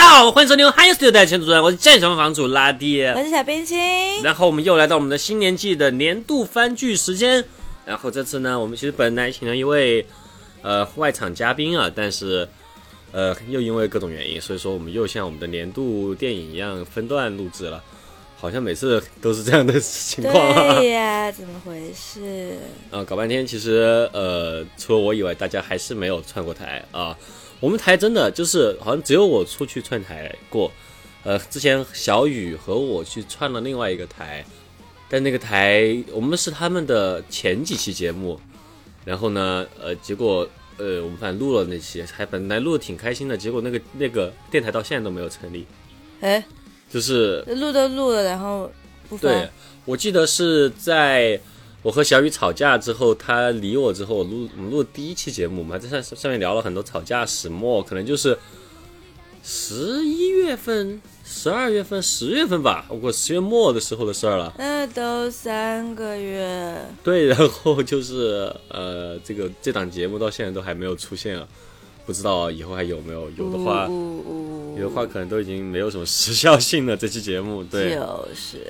好，欢迎收听嗨 Studio 的前主任，我是健身房主拉蒂， 我是小冰清。 然后我们又来到我们的新年季的年度番剧时间。然后这次呢，我们其实本来请了一位外场嘉宾啊，但是又因为各种原因，所以说我们又像我们的年度电影一样分段录制了。好像每次都是这样的情况啊。 对呀，怎么回事？ 搞半天，其实除了我以外，大家还是没有串过台啊。我们台真的就是好像只有我出去串台过。之前小雨和我去串了另外一个台，但那个台我们是他们的前几期节目，然后呢，结果我们反正录了那期，还本来录的挺开心的，结果那个电台到现在都没有成立。 哎， 就是录都录了，然后不发。 对，我记得是在我和小雨吵架之后，他离我之后，我们录第一期节目，我们还在上面聊了很多吵架始末，可能就是11月份、12月份、10月份吧，过10月末的时候的事儿了。 那都3个月。 对，然后就是这档节目到现在都还没有出现了，不知道以后还有没有？有的话，有的话可能都已经没有什么时效性了。这期节目，对， 就是。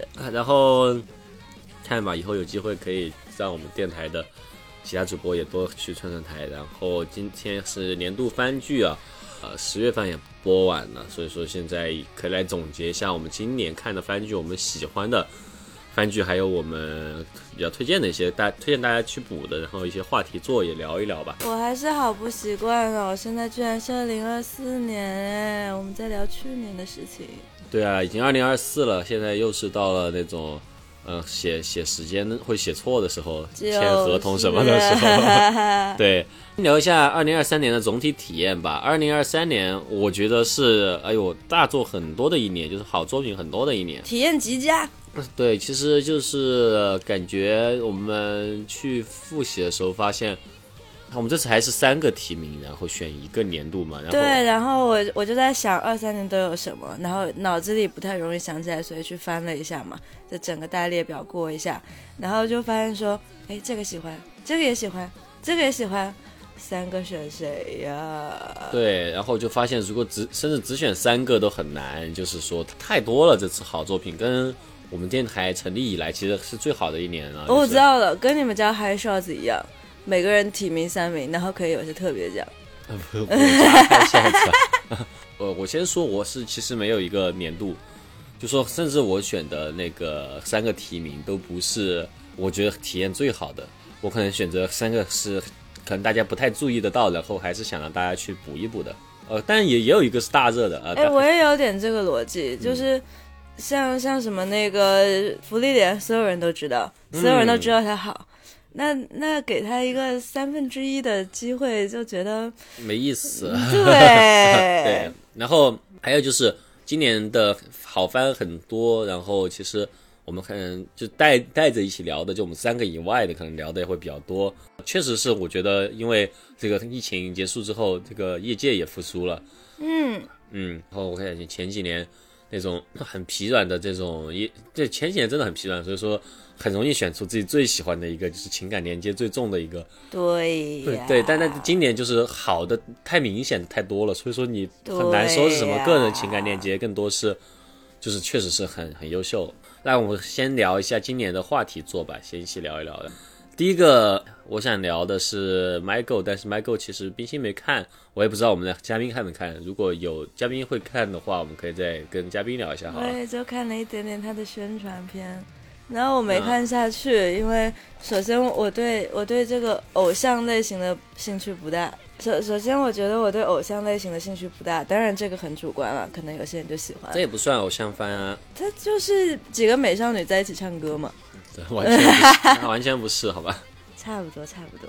然后看吧，以后有机会可以让我们电台的其他主播也多去串串台。然后今天是年度番剧啊，10月份也播完了，所以说现在可以来总结一下我们今年看的番剧，我们喜欢的番剧，还有我们比较推荐的一些推荐大家去补的，然后一些话题做也聊一聊吧。 我还是好不习惯哦，现在居然是2024年哎，我们在聊去年的事情。 对啊，已经2024了，现在又是到了那种写时间会写错的时候，签合同什么的时候。对，聊一下2023年的总体体验吧。2023年我觉得是大作很多的一年，就是好作品很多的一年， 体验极佳。 对，其实就是感觉我们去复习的时候发现，我们这次还是3个提名，然后选一个年度嘛。然后对，然后我就在想23年都有什么，然后脑子里不太容易想起来，所以去翻了一下嘛，就整个大列表过一下，然后就发现说，哎，这个喜欢，这个也喜欢，这个也喜欢，3个选谁呀？ 对，然后就发现如果甚至只选3个都很难，就是说太多了。这次好作品跟我们电台成立以来其实是最好的一年了。 我知道了，跟你们家 High Shots 一样，每个人提名3名，然后可以有些特别奖。 不加 High Shots。我先说，我是其实没有一个年度，就说甚至我选的那个3个提名都不是我觉得体验最好的，我可能选择3个是可能大家不太注意得到，然后还是想让大家去补一补的。但也有一个是大热的我也有点这个逻辑，就是像什么那个福利点，所有人都知道，所有人都知道它好，那给他一个1/3的机会，就觉得没意思。 对对，然后还有就是今年的好番很多，然后其实我们可能就带着一起聊的，就我们3个以外的可能聊的也会比较多。确实是我觉得因为这个疫情结束之后，这个业界也复苏了。然后我看前几年那种很疲软的这种前几年真的很疲软，所以说很容易选出自己最喜欢的一个，就是情感连接最重的一个。对，但今年就是好的太明显太多了，所以说你很难说是什么个人情感链接，更多是就是确实是很优秀。那我们先聊一下今年的话题作吧，先一起聊一聊的。第一个我想聊的是 Michael， 但是 Michael 其实冰心没看，我也不知道我们的嘉宾看没看。如果有嘉宾会看的话，我们可以再跟嘉宾聊一下好了。 我也就看了一点点他的宣传片，然后我没看下去，因为首先我对这个偶像类型的兴趣不大。首先我觉得我对偶像类型的兴趣不大，当然这个很主观了，可能有些人就喜欢。 这也不算偶像番啊， 它就是几个美少女在一起唱歌嘛。 完全不是好吧。 差不多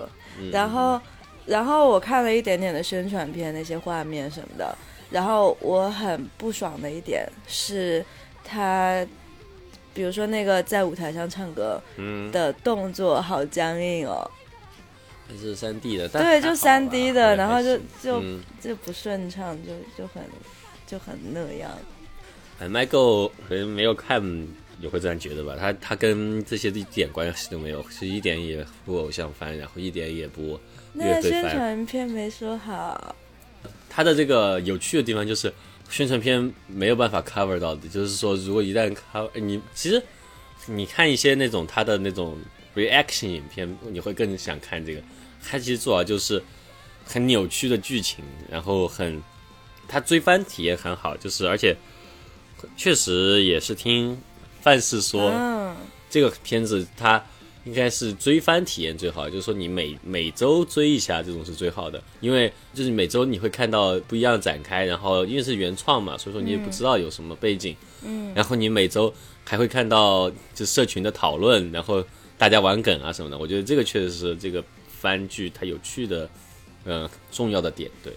然后我看了一点点的宣传片，那些画面什么的，然后我很不爽的一点是他比如说那个在舞台上唱歌的动作好僵硬哦。 还是3D 的， 对，就3D 的，然后就不顺畅，就很那样。 Michael 可能没有看也会这样觉得吧，他跟这些一点关系都没有，是一点也不偶像番，然后一点也不乐队番。 那宣传片没说好。 他的这个有趣的地方就是宣传片没有办法 cover 到的，就是说如果一旦 cover 你其实你看一些那种他的那种 reaction 影片，你会更想看这个。他其实做好就是很扭曲的剧情，然后他追番体验很好，就是而且确实也是听范式说，这个片子它应该是追番体验最好，就是说你每周追一下这种是最好的，因为就是每周你会看到不一样的展开，然后因为是原创嘛，所以说你也不知道有什么背景，然后你每周还会看到就社群的讨论，然后大家玩梗啊什么的，我觉得这个确实是这个番剧它有趣的重要的点，对。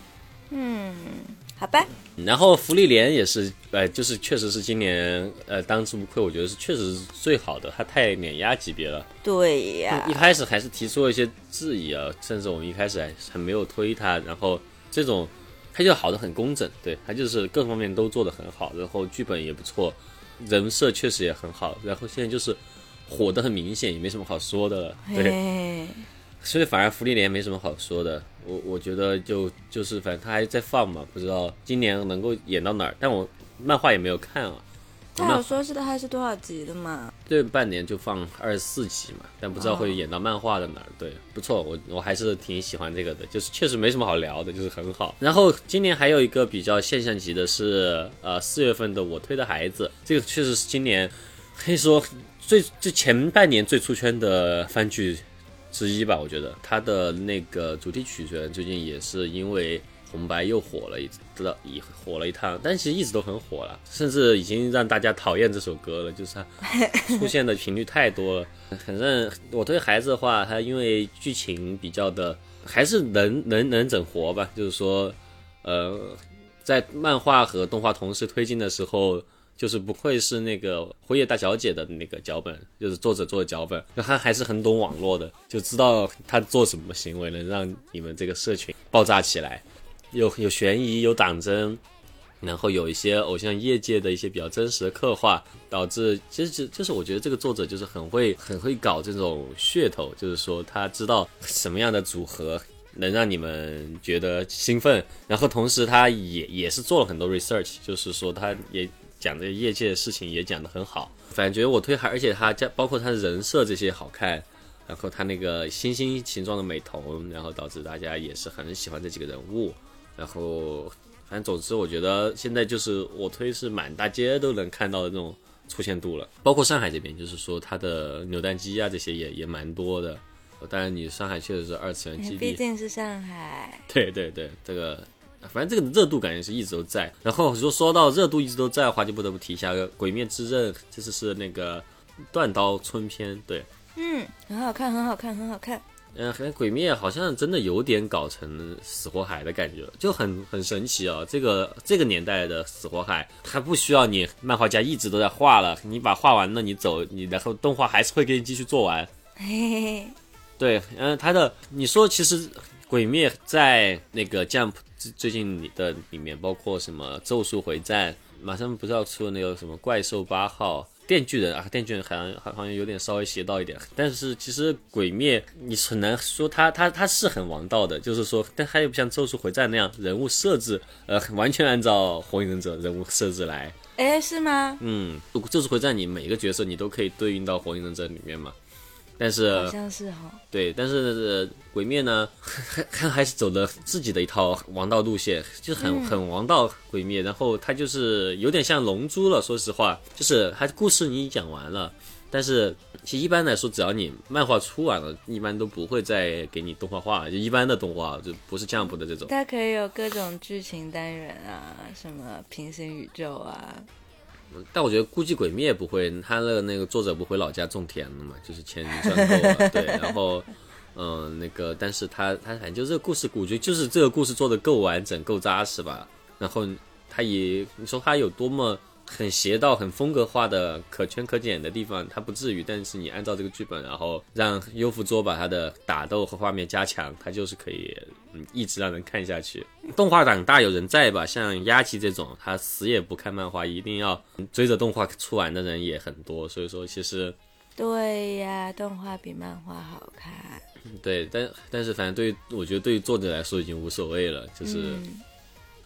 好吧。 然后福利连也是，就是确实是今年当之无愧，我觉得是确实是最好的，它太碾压级别了。 对呀， 一开始还是提出了一些质疑啊，甚至我们一开始还没有推它，然后这种它就好的很工整，对，它就是各方面都做得很好，然后剧本也不错，人设确实也很好，然后现在就是火得很明显，也没什么好说的了，对。所以反而福利连没什么好说的，我觉得就是反正他还在放嘛，不知道今年能够演到哪儿，但我漫画也没有看啊。 他有说是他是多少集的嘛？ 对，半年就放24集嘛，但不知道会演到漫画的哪儿。对，不错，我还是挺喜欢这个的，就是确实没什么好聊的，就是很好。然后今年还有一个比较现象级的是4月份的我推的孩子，这个确实是今年可以说最前半年最出圈的番剧之一吧，我觉得他的那个主题曲虽然最近也是因为红白又火了一趟，但其实一直都很火了，甚至已经让大家讨厌这首歌了，就是它出现的频率太多了。反正我对孩子的话，它因为剧情比较的还是能整活吧，就是说在漫画和动画同时推进的时候，就是不愧是那个辉夜大小姐的那个脚本，就是作者做的脚本，他还是很懂网络的，就知道他做什么行为能让你们这个社群爆炸起来，有悬疑，有党争，然后有一些偶像业界的一些比较真实的刻画，导致其实就是我觉得这个作者就是很会搞这种噱头，就是说他知道什么样的组合能让你们觉得兴奋，然后同时他也是做了很多 research， 就是说他也讲这业界的事情也讲得很好，反正觉得我推，而且他包括他的人设这些好看，然后他那个星星形状的美瞳，然后导致大家也是很喜欢这几个人物，然后反正总之我觉得现在就是我推是满大街都能看到的这种出现度了，包括上海这边就是说他的扭蛋机啊这些也蛮多的，当然你上海确实是二次元基地， 毕竟是上海， 对对对，这个反正这个热度感觉是一直都在。然后如果说到热度一直都在的话，就不得不提一下《鬼灭之刃》，这是那个断刀春篇，对， 很好看，很好看，很好看。 鬼灭好像真的有点搞成死火海的感觉，就很神奇啊！这个年代的死火海，它不需要你漫画家一直都在画了，你把画完了你走，你然后动画还是会给你继续做完。 嘿嘿嘿。 对，它的你说其实鬼灭在那个 Jump 最近的里面，包括什么咒术回战，马上不是要出那个什么怪兽8号。电锯人啊，电锯人好像有点稍微邪道一点，但是其实鬼灭你很难说他是很王道的，就是说，但他又不像咒术回战那样人物设置，完全按照火影忍者人物设置来。 是吗？ 咒术回战你每个角色你都可以对应到火影忍者里面嘛，但是好像是对，但是鬼灭呢，还是走了自己的一套王道路线，就是很王道鬼灭，然后它就是有点像龙珠了，说实话，就是它故事你讲完了，但是其实一般来说，只要你漫画出完了，一般都不会再给你动画化，就一般的动画就不是 Jump 的这种。 它可以有各种剧情单元啊，什么平行宇宙啊。 但我觉得估计鬼灭不会，他的那个作者不回老家种田了嘛，就是钱赚够了，对，然后那个，但是他反正就这个故事，我觉得就是这个故事做的够完整、够扎实吧。然后他也，你说他有多么很邪道、很风格化的可圈可点的地方，他不至于。但是你按照这个剧本，然后让优芙桌把他的打斗和画面加强，他就是可以一直让人看下去。动画党大有人在吧？像鸭奇这种，他死也不看漫画，一定要追着动画出完的人也很多。所以说，其实对呀，动画比漫画好看。 对，但是反正我觉得对于作者来说已经无所谓了，就是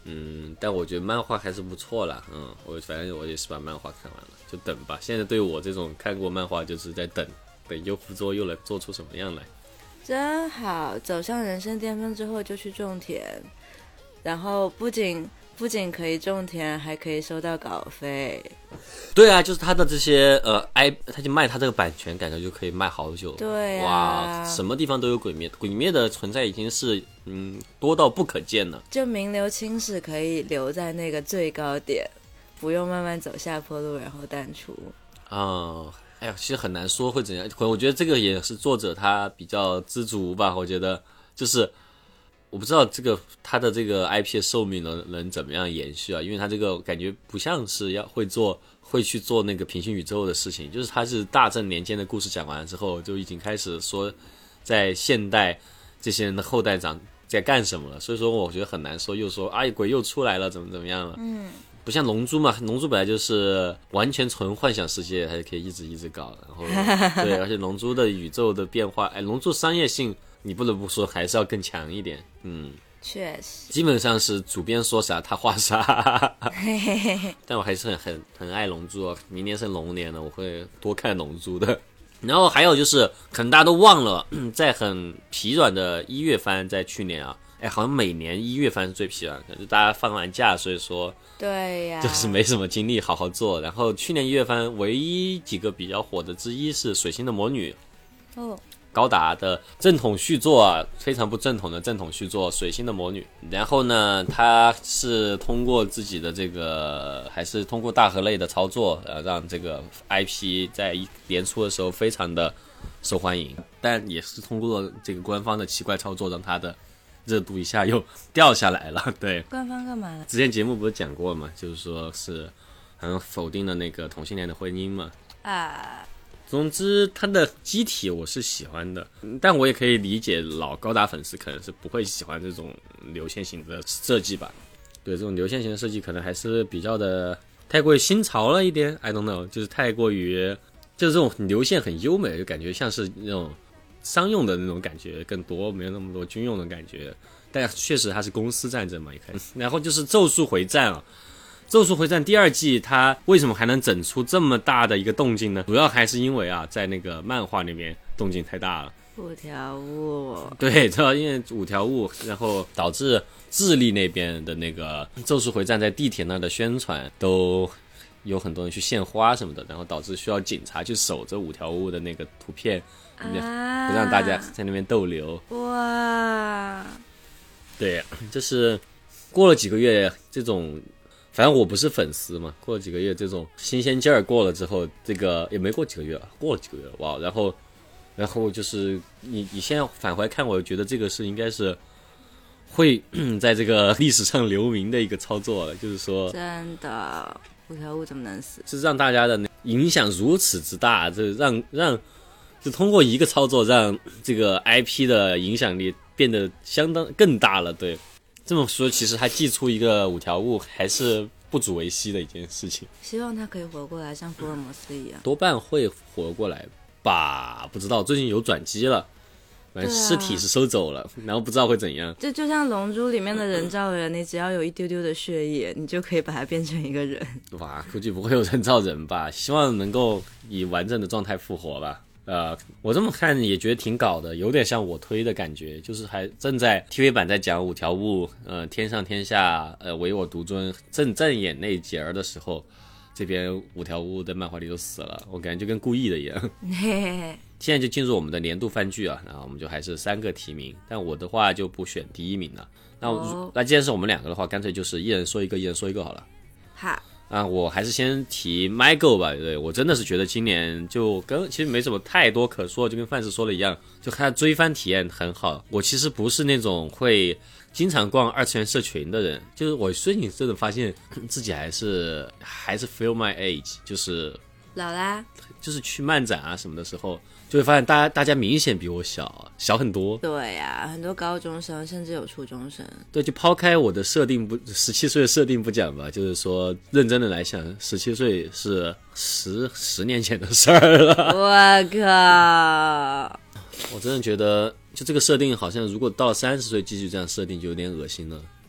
但我觉得漫画还是不错啦。反正我也是把漫画看完了，就等吧。现在对我这种看过漫画，就是在等优夫作又来做出什么样来。 真好，走上人生巅峰之后就去种田，然后不仅可以种田，还可以收到稿费。 对啊，就是他的这些他就卖他这个版权，感觉就可以卖好久。 对啊， 哇，什么地方都有鬼灭，鬼灭的存在已经是多到不可见了。 就名留青史，可以留在那个最高点，不用慢慢走下坡路然后淡出。 哎呀，其实很难说会怎样。我觉得这个也是作者他比较知足吧。我觉得就是我不知道他的这个 IP 的寿命能怎么样延续啊？因为他这个感觉不像是会去做那个平行宇宙的事情，就是他是大正年间的故事讲完之后，就已经开始说在现代这些人的后代长在干什么了。所以说我觉得很难说，又说鬼又出来了，怎么样了？不像龙珠嘛，龙珠本来就是完全纯幻想世界，它就可以一直搞，然后对，而且龙珠的宇宙的变化，龙珠商业性你不得不说还是要更强一点。 确实， 基本上是主编说啥他画啥。但我还是很爱龙珠啊，明年是龙年了，我会多看龙珠的。然后还有就是可能大家都忘了，在很疲软的1月番，在去年好像每年1月番是最疲软，可能大家放完假，所以说对呀， 就是没什么精力好好做。然后去年1月番唯一几个比较火的之一是水星的魔女，高达的正统续作非常不正统的正统续作水星的魔女。然后呢，他是通过自己的这个还是通过大河类的操作，让这个 IP 在年初的时候非常的受欢迎，但也是通过这个官方的奇怪操作，让他的热度一下又掉下来了。对， 官方干嘛了？ 之前节目不是讲过嘛，就是说是好像否定了那个同性恋的婚姻嘛。总之它的机体我是喜欢的，但我也可以理解老高达粉丝可能是不会喜欢这种流线型的设计吧。对，这种流线型的设计可能还是比较的太过于新潮了一点 I don't know， 就是太过于就是这种流线很优美，就感觉像是那种商用的那种感觉更多，没有那么多军用的感觉。但确实它是公司战争嘛，一开始。然后就是咒术回战咒术回战第2季它为什么还能整出这么大的一个动静呢？主要还是因为在那个漫画那边动静太大了。 5条悟， 对，主要因为5条悟，然后导致智利那边的那个咒术回战在地铁那的宣传都有很多人去献花什么的，然后导致需要警察去守着5条悟的那个图片，不让大家在那边逗留。 哇， 对，就是过了几个月这种。反正我不是粉丝嘛，过了几个月这种新鲜劲儿过了之后，这个也没过几个月了，过了几个月了，哇！然后就是你现在返回看，我觉得这个是应该是会在这个历史上留名的一个操作了，就是说真的5条悟怎么能死？ 是让大家的影响如此之大，这让就通过一个操作让这个 IP 的影响力变得相当更大了，对。这么说，其实他祭出一个5条悟还是不足为惜的一件事情。 希望他可以活过来，像福尔摩斯一样。 多半会活过来吧，不知道。最近有转机了，反正尸体是收走了，然后不知道会怎样。 就像龙珠里面的人造人，你只要有一丢丢的血液，你就可以把它变成一个人。 哇，估计不会有人造人吧？希望能够以完整的状态复活吧。我这么看也觉得挺搞的，有点像我推的感觉，就是还正在 TV 版在讲5条悟，天上天下，唯我独尊，正演那节的时候，这边5条悟在漫画里都死了，我感觉就跟故意的一样。现在就进入我们的年度番剧然后我们就还是3个提名，但我的话就不选第1名了。那既然是我们2个的话，干脆就是一人说一个，一人说一个好了。 好。 我还是先提 MyGo 吧。对，我真的是觉得今年就其实没什么太多可说，就跟范式说的一样，就看追番体验很好。我其实不是那种会经常逛2次元社群的人，就是我最近真的发现自己还是 feel my age， 就是老啦， 就是去漫展什么的时候，就会发现大家明显比我小很多。对很多高中生甚至有初中生。 对，就抛开我的设定17岁的设定不讲吧，就是说认真的来想，17岁是十年前的事儿了。 我靠！ 我真的觉得，就这个设定好像如果到了30岁继续这样设定，就有点恶心了。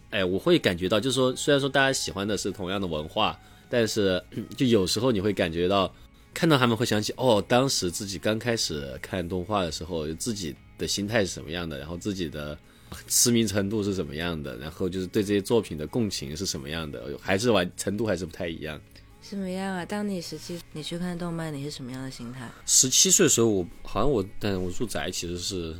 我会感觉到，就是说，虽然说大家喜欢的是同样的文化，但是就有时候你会感觉到，看到他们会想起，当时自己刚开始看动画的时候，自己的心态是什么样的，然后自己的痴迷程度是什么样的，然后就是对这些作品的共情是什么样的，程度还是不太一样。 什么样啊？当你17，你去看动漫，你是什么样的心态 ？17岁的时候，但我入宅其实是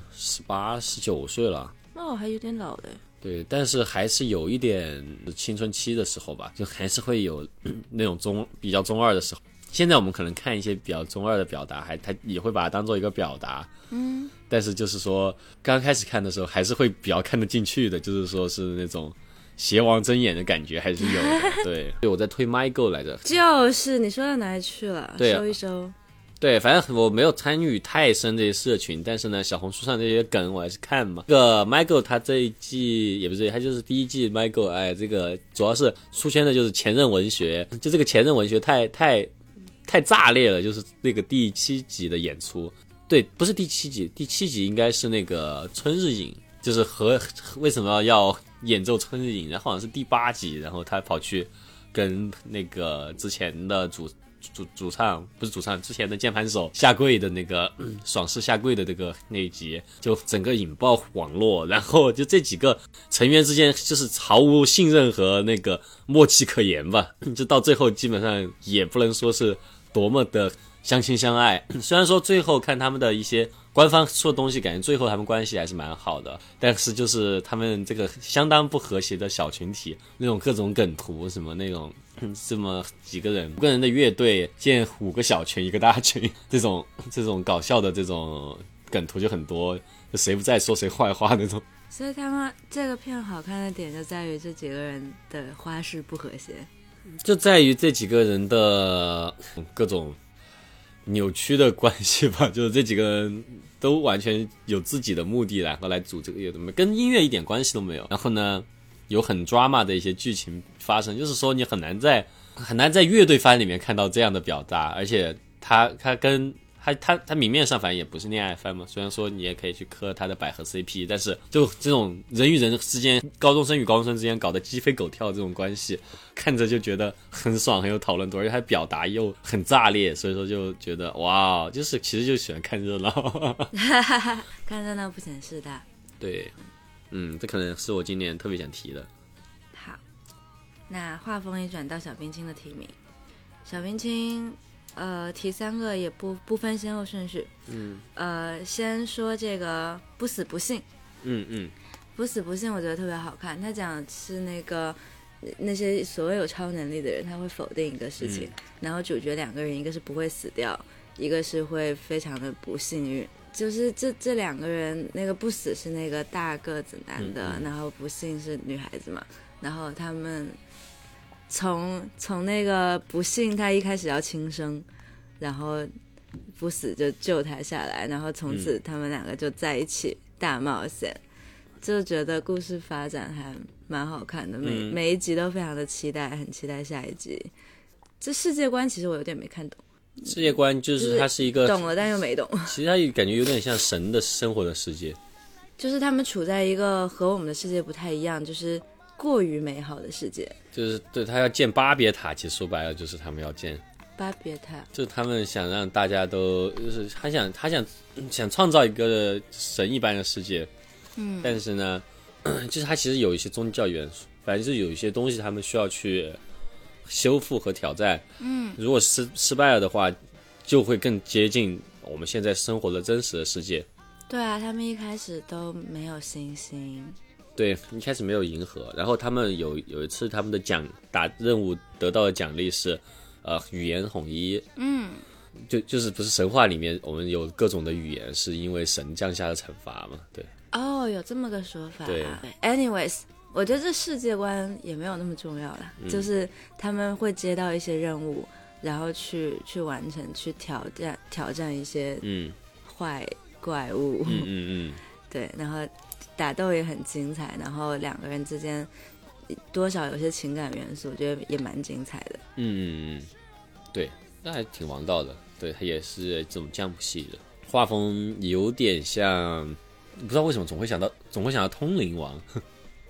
18、19岁了。 那我还有点老的。 对，但是还是有一点青春期的时候吧，就还是会有那种比较中二的时候。现在我们可能看一些比较中二的表达，他也会把它当做一个表达，但是就是说刚开始看的时候还是会比较看得进去的，就是说是那种邪王睁眼的感觉还是有的。对，我在推 MyGo 来着， 就是你说到哪里去了？ 对收一收。 对，反正我没有参与太深这些社群，但是呢，小红书上这些梗我还是看嘛。这个 MyGo 它这一季也不是，它就是第一季 MyGo，这个主要是出圈的就是前任文学，就这个前任文学太炸裂了，就是那个第7集的演出。对，不是第7集，第7集应该是那个春日影，就是为什么要演奏春日影，然后好像是第8集，然后他跑去跟那个之前的主唱不是主唱，之前的键盘手下跪的那个爽士下跪的那一集，就整个引爆网络，然后就这几个成员之间就是毫无信任和那个默契可言吧，就到最后基本上也不能说是多么的相亲相爱。虽然说最后看他们的一些官方说的东西，感觉最后他们关系还是蛮好的，但是就是他们这个相当不和谐的小群体，那种各种梗图什么那种。这么几个人，5个人的乐队建5个小群1个大群，这种搞笑的这种梗图就很多，就谁不在说谁坏话那种。 所以他们这个片好看的点就在于这几个人的花式不和谐， 就在于这几个人的各种扭曲的关系吧，就是这几个人都完全有自己的目的，然后来组这个，跟音乐一点关系都没有。然后呢，有很 drama 的一些剧情发生，就是说你很难在乐队番里面看到这样的表达，而且他明面上反正也不是恋爱番嘛，虽然说你也可以去磕他的百合 CP， 但是就这种人与人之间，高中生与高中生之间搞得鸡飞狗跳这种关系，看着就觉得很爽，很有讨论度，而且他表达又很炸裂，所以说就觉得哇，就是其实就喜欢看热闹。 看热闹不显示大。 对，这可能是我今年特别想提的。 好，那话锋一转到小冰清的提名，小冰清提3个也不分先后顺序。先说这个不死不信。不死不信我觉得特别好看，他讲的是那些所谓有超能力的人，他会否定一个事情，然后主角2个人，一个是不会死掉，一个是会非常的不幸运。就是这2个人，那个不死是那个大个子男的，然后不幸是女孩子嘛，然后他们从那个不幸他一开始要轻生，然后不死就救他下来，然后从此他们2个就在一起大冒险，就觉得故事发展还蛮好看的，每一集都非常的期待，很期待下一集。这世界观其实我有点没看懂。 世界观就是它是一个懂了但又没懂， 其实它感觉有点像神的生活的世界， 就是他们处在一个和我们的世界不太一样，就是过于美好的世界。 就是对他要建巴别塔，其实说白了就是他们要建巴别塔， 就是他们想让大家都就是他想创造一个神一般的世界，但是呢，就是他其实有一些宗教元素，反正就是有一些东西他们需要去修复和挑战。如果失败了的话，就会更接近我们现在生活的真实的世界。 对啊，他们一开始都没有星星。 对，一开始没有银河，然后他们有一次他们的打任务得到的奖励是语言统一。就是不是神话里面我们有各种的语言是因为神降下的惩罚嘛？对。 有这么个说法。 对。 anyways， 我觉得这世界观也没有那么重要啦，就是他们会接到一些任务，然后去完成，去挑战一些坏怪物。对，然后打斗也很精彩，然后2个人之间多少有些情感元素，我觉得也蛮精彩的。 对，那还挺王道的。对，他也是这种降谱系的，画风有点像，不知道为什么总会想到通灵王。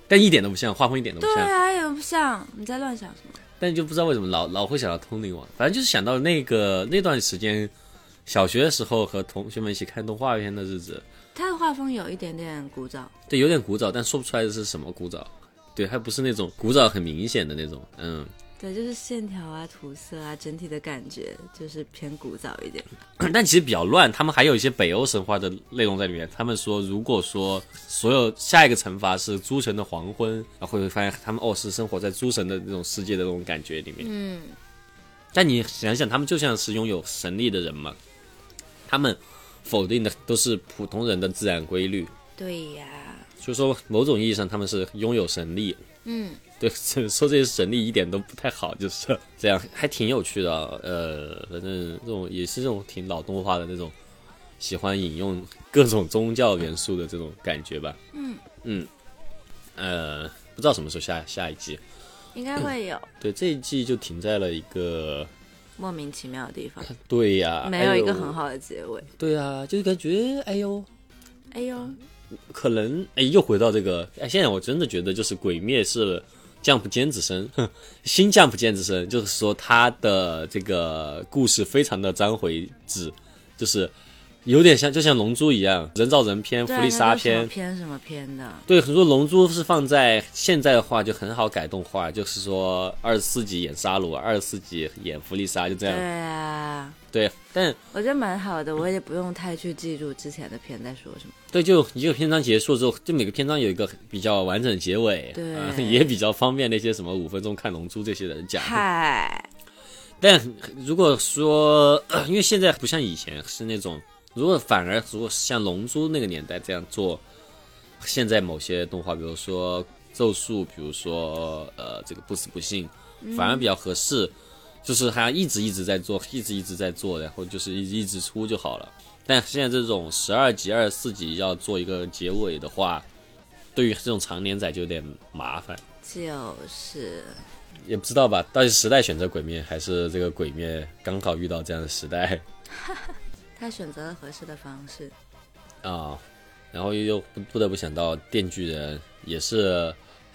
但一点都不像，画风一点都不像。 对啊，也不像。你在乱想什么？ 但就不知道为什么老会想到通灵王，反正就是想到那段时间，小学的时候和同学们一起看动画片的日子。 他的画风有一点点古早， 对，有点古早，但说不出来的是什么古早。对，还不是那种古早很明显的那种， 对，就是线条啊、涂色啊，整体的感觉就是偏古早一点。 但其实比较乱，他们还有一些北欧神话的内容在里面。他们说，如果说所有下一个惩罚是诸神的黄昏，然后会发现他们是生活在诸神的那种世界的那种感觉里面。但你想想，他们就像是拥有神力的人嘛，他们否定的都是普通人的自然规律。 对呀， 所以说某种意义上他们是拥有神力。对，说这些神力一点都不太好，就是这样，还挺有趣的。反正这种也是这种挺老动画的那种，喜欢引用各种宗教元素的这种感觉吧。不知道什么时候下一季， 应该会有。 对，这一季就停在了一个莫名其妙的地方。 对呀， 没有一个很好的结尾。 对啊，就是感觉哎呦，可能又回到这个现在我真的觉得就是鬼灭是Jump 尖子生，新 Jump 尖子生，就是说他的这个故事非常的章回制，就是有点像就像龙珠一样，人造人篇、弗利萨篇， 什么篇的。对， 很多龙珠是放在现在的话就很好改动画，就是说24集演沙鲁，24集演弗利萨，就这样。 对啊。 对，但我觉得蛮好的，我也不用太去记住之前的片在说什么。 对，就一个篇章结束之后，就每个篇章有一个比较完整的结尾， 对， 也比较方便那些什么5分钟看龙珠这些人讲。 嗨， 但如果说，因为现在不像以前是那种，如果像龙珠那个年代这样做，现在某些动画，比如说咒术，比如说这个不死不信，反而比较合适。就是还一直在做，一直在做，然后就是一直出就好了。但现在这种12集、24集要做一个结尾的话，对于这种长连载就有点麻烦。 就是也不知道吧，到底时代选择鬼灭，还是这个鬼灭刚好遇到这样的时代？ 他选择了合适的方式啊，然后又不得不想到电锯人也是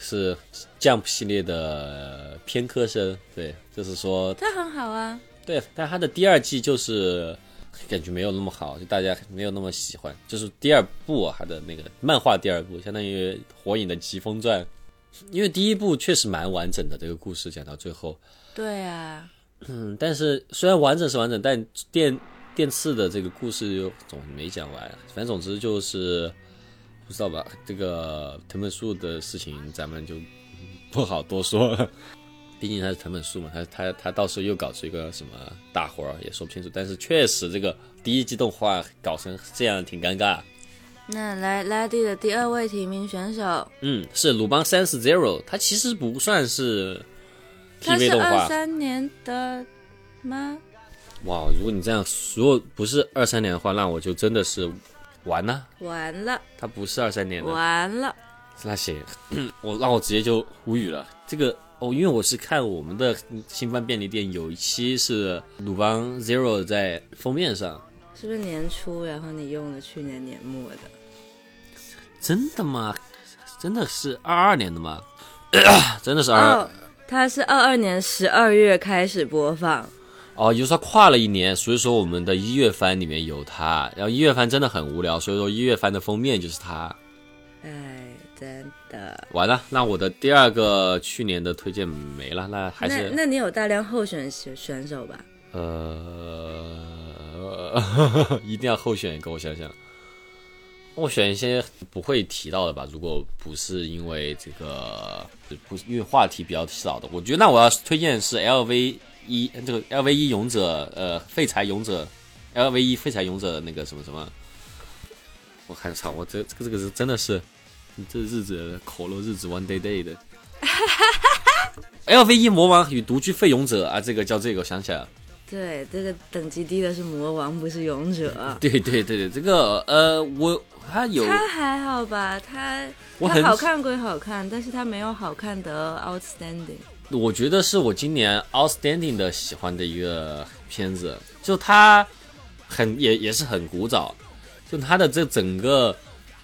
Jump 系列的偏科生，对，就是说他很好啊， 对，但他的第2季就是感觉没有那么好，就大家没有那么喜欢，就是第2部他的那个漫画第2部，相当于火影的疾风传，因为第1部确实蛮完整的，这个故事讲到最后， 对啊， 但是虽然完整是完整，但电次的这个故事又总没讲完，反正总之就是不知道吧，这个藤本树的事情咱们就不好多说了，毕竟他是藤本树嘛，他到时候又搞出一个什么大活也说不清楚，但是确实这个第1季动画搞成这样挺尴尬。 那来拉蒂的第2位提名选手， 是鲁邦30，他其实不算是 TV 动画， 他是23年的吗？ 哇，如果你这样，如果不是23年的话，那我就真的是完了。他不是23年的， 完了。 那行，让我直接就无语了。这个因为我是看我们的新番便利店有一期是鲁邦 Zero 在封面上， 是不是年初？然后你用了去年年末的？ 真的吗？真的是22年的吗？真的是它是22年12月开始播放。 也就是说跨了1年，所以说我们的1月番里面有它，然后1月番真的很无聊，所以说1月番的封面就是它。 真的完了，那我的第2个去年的推荐没了，那还是那你有大量候选选手吧？ 一定要候选一个，我想想，我选一些不会提到的吧，如果不是因为这个因为话题比较少的，我觉得那我要推荐是 LV1 这个 LV1 勇者废柴勇者 LV1 废柴勇者那个什么什么，我看操，我这个是真的是这日子口漏日子 one day day 的LV1 魔王与独居废勇者啊，这个叫这个我想起来了， 对，这个等级低的是魔王，不是勇者。 对，这个他还好吧，他好看归好看，但是他没有好看的 outstanding。 我觉得是我今年 outstanding 的喜欢的一个片子，就他也是很古早，就他的这整个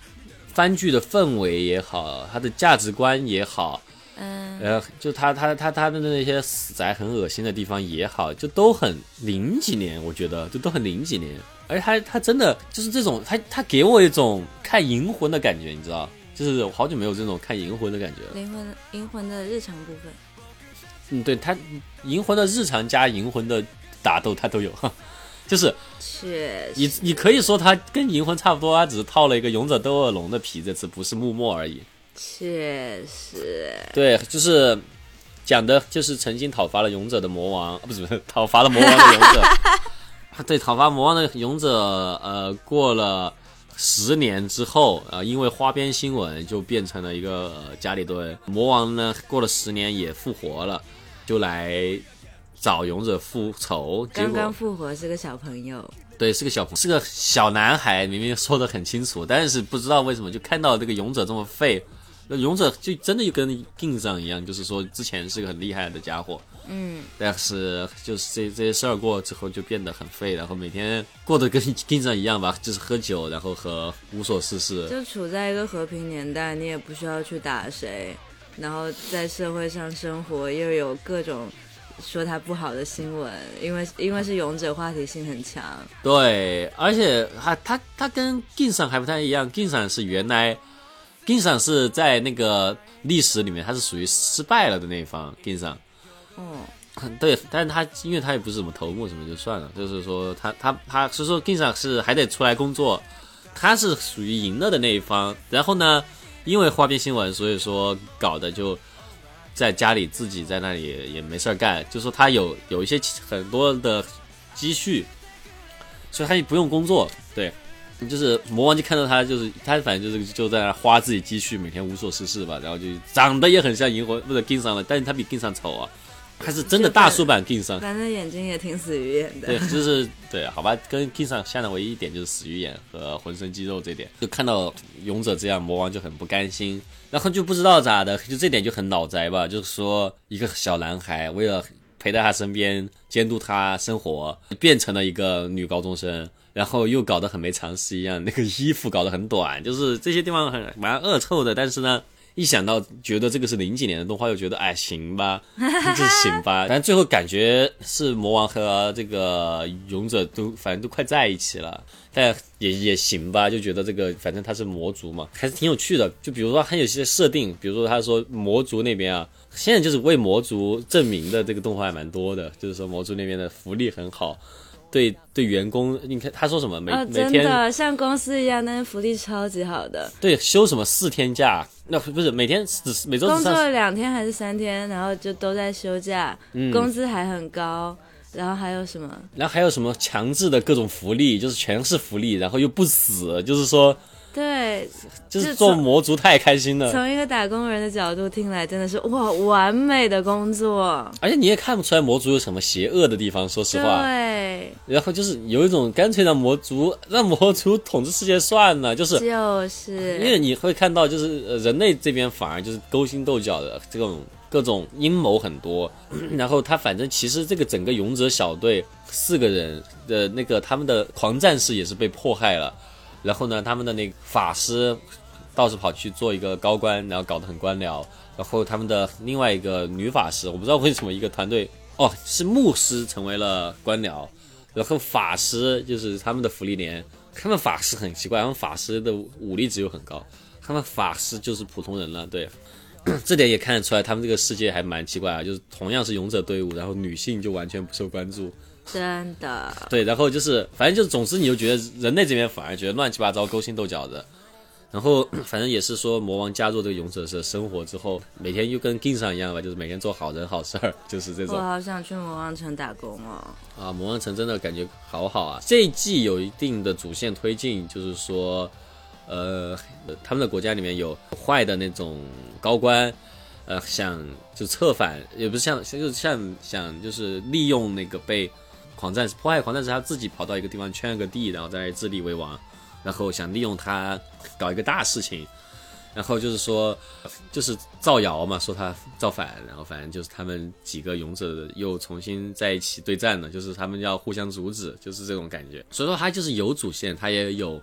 番剧的氛围也好，它的价值观也好，就他的那些死宅很恶心的地方也好，就都很零几年，我觉得就都很零几年。而他真的就是这种，他给我一种看银魂的感觉，你知道，就是我好久没有这种看银魂的感觉了。 银魂的日常部分， 对，他银魂的日常加银魂的打斗他都有，就是确实你可以说他跟银魂差不多，他只是套了一个勇者斗恶龙的皮，这次不是木墨而已。 确实， 对，就是讲的就是曾经讨伐了勇者的魔王，不是讨伐了魔王的勇者。对，讨伐魔王的勇者，过了10年之后，因为花边新闻就变成了一个家里蹲。魔王呢，过了10年也复活了，就来找勇者复仇。 刚刚复活是个小朋友。 对，是个小男孩，明明说得很清楚，但是不知道为什么就看到这个勇者这么废。勇者就真的就跟镜上一样，就是说之前是个很厉害的家伙，但是就是这些事儿过之后就变得很废，然后每天过得跟镜上一样吧，就是喝酒，然后和无所事事。 就处在一个和平年代，你也不需要去打谁，然后在社会上生活，又有各种说他不好的新闻，因为是勇者，话题性很强。 对，而且他跟镜上还不太一样，镜上是原来。金上是在那个历史里面，他是属于失败了的那一方。金上，对，但是因为他也不是什么头目什么就算了，就是说他所以说金上是还得出来工作，他是属于赢了的那一方。然后呢，因为花边新闻，所以说搞的就在家里自己在那里也没事干，就说他有一些很多的积蓄，所以他也不用工作，对。就是魔王就看到他，就是他反正就在那花自己积蓄，每天无所事事吧，然后就长得也很像银魂不是 King 上了，但是他比 King 上丑啊，他是真的大叔版 King 上， 反正眼睛也挺死鱼眼的。 对，就是对，好吧，跟 King 上像的唯一一点就是死鱼眼和浑身肌肉这点，就看到勇者这样，魔王就很不甘心，然后就不知道咋的，就这点就很脑宅吧，就是说一个小男孩为了陪在他身边监督他生活，变成了一个女高中生。然后又搞得很没常识一样，那个衣服搞得很短，就是这些地方蛮恶臭的。但是呢，一想到觉得这个是00几年的动画，又觉得哎行吧，就是行吧。但最后感觉是魔王和这个勇者反正都快在一起了，但也行吧，就觉得这个反正他是魔族嘛，还是挺有趣的。就比如说还有一些设定，比如说他说魔族那边啊，现在就是为魔族证明的这个动画还蛮多的，就是说魔族那边的福利很好。对员工，你看他说什么每天真的像公司一样，但是福利超级好的。 对，休什么4天假，那不是每周工作2天还是3天，然后就都在休假，工资还很高。然后还有什么？ 然后还有什么强制的各种福利，就是全是福利，然后又不死，就是说。 对， 就是做魔族太开心了。 从一个打工人的角度听来，真的是哇，完美的工作。 而且你也看不出来魔族有什么邪恶的地方，说实话。 对。 然后就是有一种干脆让魔族统治世界算了，就是因为你会看到，就是人类这边反而就是勾心斗角的这种各种阴谋很多。然后他反正其实这个整个勇者小队4个人的那个他们的狂战士也是被迫害了。然后呢，他们的那个法师倒是跑去做一个高官，然后搞得很官僚。然后他们的另外一个女法师，我不知道为什么一个团队是牧师成为了官僚，然后法师就是他们的福利连。他们法师很奇怪，他们法师的武力值又很高，他们法师就是普通人了。对，这点也看得出来，他们这个世界还蛮奇怪啊，就是同样是勇者队伍，然后女性就完全不受关注。 真的对，然后就是反正就是总之你就觉得人类这边反而觉得乱七八糟勾心斗角的。然后反正也是说魔王加入这个勇者的生活之后，每天又跟 King 上一样吧，就是每天做好人好事儿，就是这种。我好想去魔王城打工哦。 魔王城真的感觉好好啊。这一季有一定的主线推进，就是说他们的国家里面有坏的那种高官，想就策反，也不是就是想就是利用那个被迫害狂战士，他自己跑到一个地方圈了个地，然后再自立为王，然后想利用他搞一个大事情，然后就是说就是造谣嘛，说他造反，然后反正就是他们几个勇者又重新在一起对战了，就是他们要互相阻止，就是这种感觉。所以说他就是有主线，他也有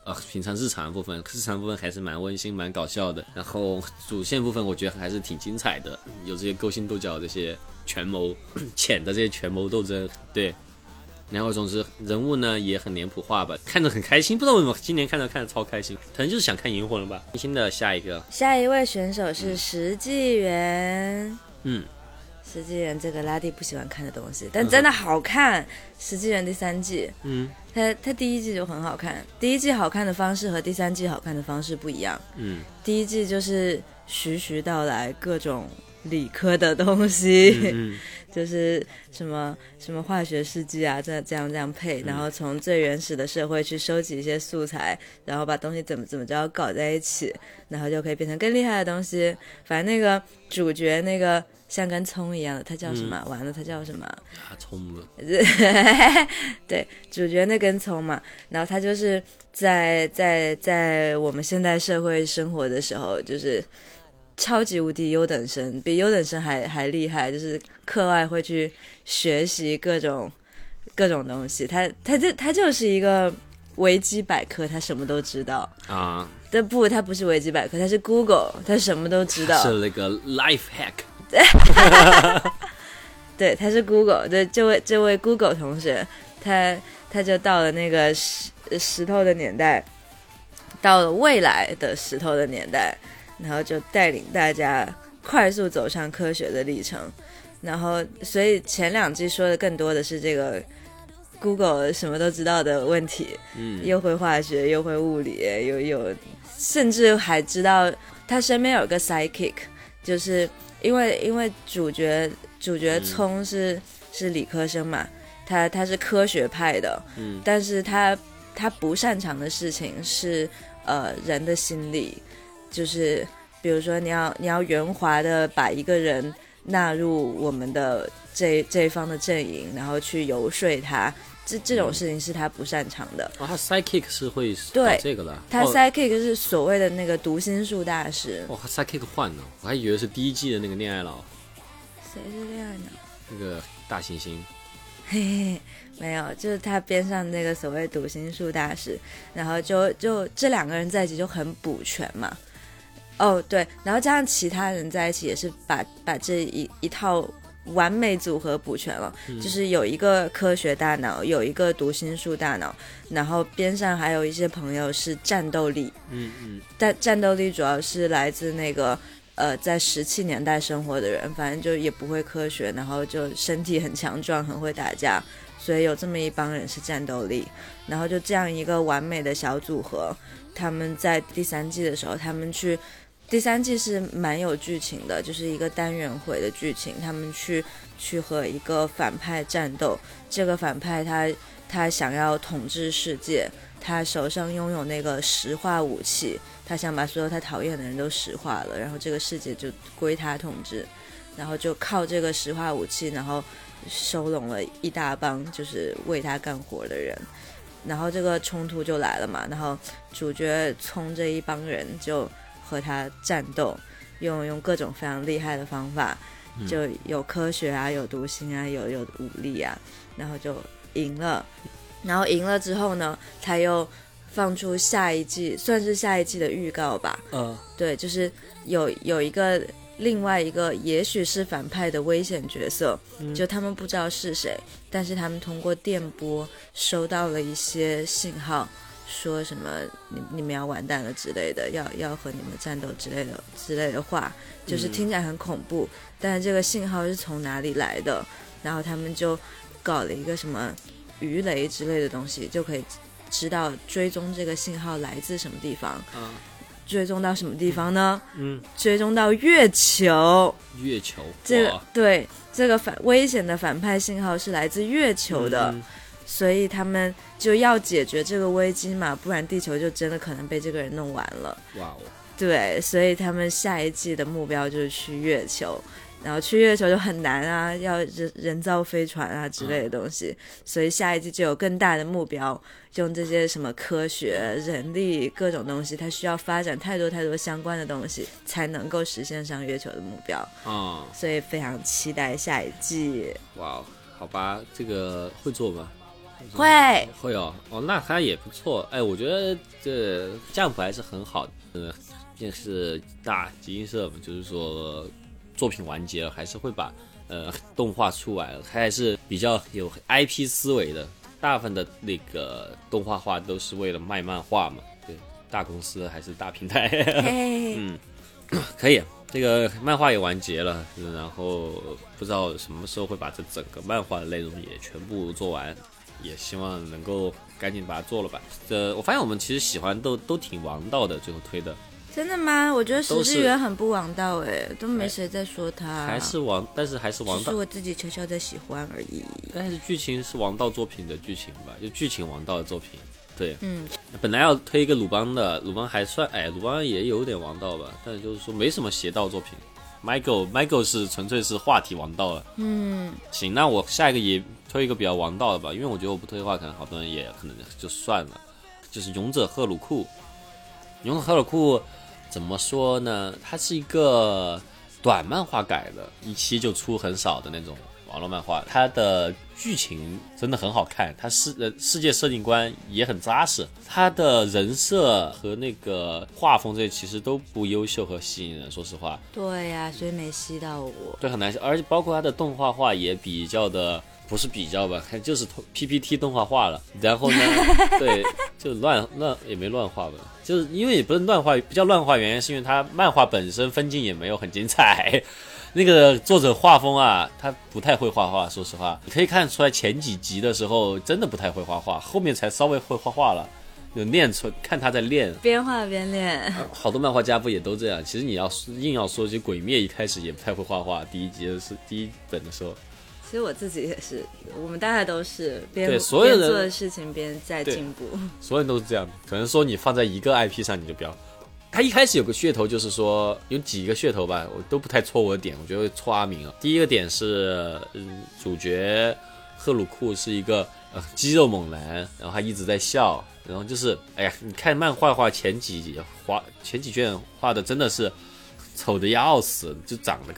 平常日常部分还是蛮温馨蛮搞笑的，然后主线部分我觉得还是挺精彩的，有这些勾心斗角这些权谋浅的这些权谋斗争，对。然后总之人物呢也很脸谱化吧，看着很开心，不知道为什么今年看着超开心，可能就是想看银魂了吧。新的下一位选手是石纪元。石纪元这个拉蒂不喜欢看的东西，但真的好看。石纪元第3季，他第1季就很好看，第1季好看的方式和第3季好看的方式不一样。第1季就是徐徐道来各种理科的东西，就是什么化学试剂啊，这样配，然后从最原始的社会去收集一些素材，然后把东西怎么着搞在一起，然后就可以变成更厉害的东西。反正那个主角那个像根葱一样的，他叫什么？完了，他叫什么？ 葱了。 对，主角那根葱嘛，然后他就是在我们现代社会生活的时候，就是超级无敌优等生，比优等生还厉害，就是课外会去学习各种东西。他就是一个维基百科，他什么都知道啊。 但不，他不是维基百科，他是 Google， 他什么都知道。 是那个 life hack。 对，他是 Google。对，这位 Google 同学，他就到了那个石头的年代，到了未来的石头的年代。然后就带领大家快速走上科学的历程，然后所以前2季说的更多的是这个 Google 什么都知道的问题，又会化学又会物理，有甚至还知道他身边有个 sidekick， 就是因为主角聪是理科生嘛，他是科学派的，但是他不擅长的事情是人的心理。就是比如说你要圆滑的把一个人纳入我们的这一方的阵营，然后去游说他，这种事情是他不擅长的。 他 sidekick 是会搞这个的。 他 sidekick 是所谓的那个读心术大师。 他 sidekick 换了，我还以为是第1季的那个恋爱脑。 谁是恋爱脑？ 那个大猩猩。 嘿嘿，没有，就是他边上那个所谓读心术大师，然后就这2个人在一起就很补全嘛。对，然后加上其他人在一起也是把这一套完美组合补全了，就是有一个科学大脑，有一个读心术大脑，然后边上还有一些朋友是战斗力，但战斗力主要是来自那个在17年代生活的人，反正就也不会科学，然后就身体很强壮，很会打架，所以有这么一帮人是战斗力，然后就这样一个完美的小组合。他们在第3季的时候，第3季是蛮有剧情的，就是一个单元回的剧情，他们去和一个反派战斗。这个反派他想要统治世界，他手上拥有那个石化武器，他想把所有他讨厌的人都石化了，然后这个世界就归他统治，然后就靠这个石化武器，然后收拢了一大帮就是为他干活的人。然后这个冲突就来了嘛，然后主角从这一帮人就和他战斗，用各种非常厉害的方法，就有科学啊，有读心啊，有武力啊，然后就赢了。然后赢了之后呢，他又放出下一季，算是下一季的预告吧。对，就是有另外一个也许是反派的危险角色，就他们不知道是谁，但是他们通过电波收到了一些信号，说什么你们要完蛋了之类的，要和你们战斗之类的话，就是听起来很恐怖，但是这个信号是从哪里来的，然后他们就搞了一个什么鱼雷之类的东西，就可以知道追踪这个信号来自什么地方。追踪到什么地方呢？追踪到月球。 月球， 这个危险的反派信号是来自月球的，所以他们就要解决这个危机嘛，不然地球就真的可能被这个人弄完了。 哇哦！ 对，所以他们下一季的目标就是去月球。然后去月球就很难啊，要人造飞船啊之类的东西，所以下一季就有更大的目标，用这些什么科学、人力各种东西，它需要发展太多相关的东西，才能够实现上月球的目标。所以非常期待下一季。 哇，好吧，这个会做吗？ 会那他也不错。哎，我觉得这Jump还是很好的，就是大集英社嘛，就是说作品完结了，还是会把动画出来了，还是比较有 IP 思维的。大部分的那个动画化都是为了卖漫画嘛，对，大公司还是大平台。可以，这个漫画也完结了，然后不知道什么时候会把这整个漫画的内容也全部做完，也希望能够赶紧把它做了吧。我发现我们其实喜欢都挺王道的，最后推的。 真的吗？我觉得石之源很不王道都没谁在说他， 但是还是王道， 只是我自己悄悄在喜欢而已。 但是剧情是王道作品的剧情吧，就剧情王道的作品。对，本来要推一个鲁邦的，鲁邦还算，鲁邦也有点王道吧，但是就是说没什么邪道作品。Michael 是纯粹是话题王道了。行，那我下一个也推一个比较王道的吧，因为我觉得我不推的话，可能好多人也可能就算了。就是勇者赫鲁库，勇者赫鲁库怎么说呢？它是一个短漫画改的，一期就出很少的那种网络漫画，它的剧情真的很好看，它世界设定观也很扎实，它的人设和那个画风这些其实都不优秀和吸引人，说实话。 对呀，所以没吸到我。 对，很难吸，而且包括它的动画化也比较的。不是比较吧，就是 PPT 动画化了，然后呢，对，就乱也没乱画吧，就是因为也不是乱画，比较乱画原因是因为它漫画本身分镜也没有很精彩，那个作者画风啊，他不太会画画，说实话，你可以看出来前几集的时候真的不太会画画，后面才稍微会画画了。有练出，看他在练， 边画边练。 好多漫画家不也都这样？其实你要硬要说，就鬼灭一开始也不太会画画，第一本的时候。 其实我自己也是，我们大概都是边所有人做的事情边在进步， 所有人都是这样。可能说你放在一个 IP 上，你就不要。他一开始有个噱头，就是说有几个噱头吧，我都不太戳我的点，我觉得会戳阿明啊。第一个点是，主角赫鲁库是一个肌肉猛男，然后他一直在笑，然后就是哎呀，你看漫画前几卷画的真的是丑的要死，就长得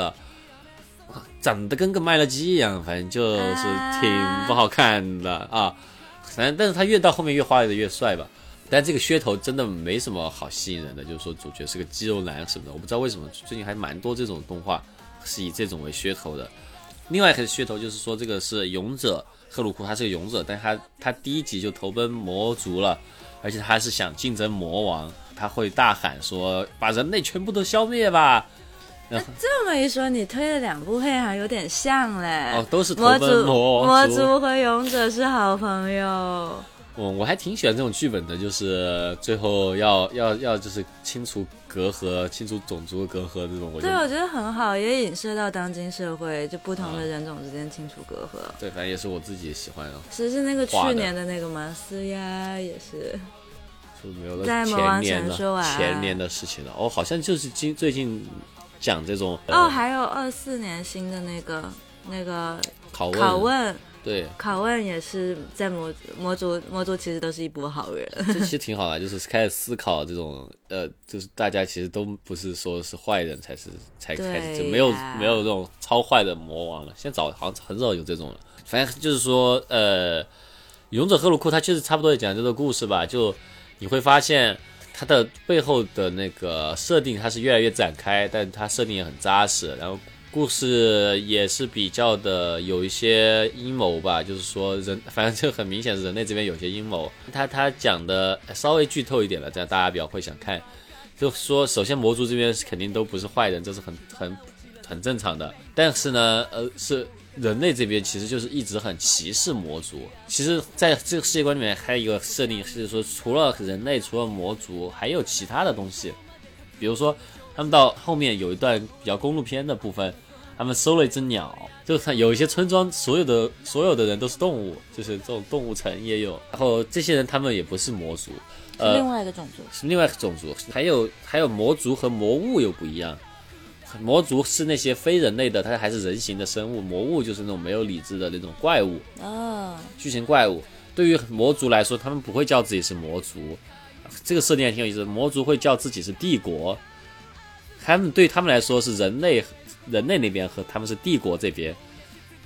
跟个麦乐鸡一样，反正就是挺不好看的啊。反正但是他越到后面越画的越帅吧。但这个噱头真的没什么好吸引人的，就是说主角是个肌肉男什么的，我不知道为什么最近还蛮多这种动画是以这种为噱头的。另外一个噱头就是说这个是勇者赫鲁库，他是个勇者，但他第一集就投奔魔族了，而且他是想竞争魔王，他会大喊说把人类全部都消灭吧。 那这么一说，你推的两部配好像有点像嘞。 都是投奔魔族和勇者是好朋友。 我还挺喜欢这种剧本的，就是最后要就是清除隔阂，清除种族的隔阂这种。 对，我觉得很好，也影射到当今社会，就不同的人种之间清除隔阂。 对，反正也是我自己也喜欢啊。 是那个去年的那个吗？思呀也是。 没有在魔王城说完前年的事情了。好像就是最近讲这种。 还有24年新的那个拷问。对，拷问也是在魔族其实都是一波好人， 这其实挺好的，就是开始思考这种就是大家其实都不是说是坏人才开始，就没有这种超坏的魔王了。现在好像很少有这种了。反正就是说勇者赫鲁库他确实差不多也讲这个故事吧，就你会发现他的背后的那个设定它是越来越展开，但他设定也很扎实，然后故事也是比较的有一些阴谋吧，就是说反正就很明显是人类这边有些阴谋。他讲的稍微剧透一点了，这样大家比较会想看。就说首先魔族这边肯定都不是坏人，这是很正常的。但是呢，是人类这边其实就是一直很歧视魔族。其实在这个世界观里面还有一个设定是说，除了人类，除了魔族，还有其他的东西，比如说他们到后面有一段比较公路片的部分，他们收了一只鸟，就是有一些村庄所有的人都是动物，就是这种动物城也有，然后这些人他们也不是魔族， 是另外一个种族， 是另外一个种族。还有魔族和魔物又不一样，魔族是那些非人类的，它还是人形的生物，魔物就是那种没有理智的那种怪物，巨型怪物。对于魔族来说，他们不会叫自己是魔族，这个设定还挺有意思的。魔族会叫自己是帝国，对他们来说是人类那边和他们是帝国这边，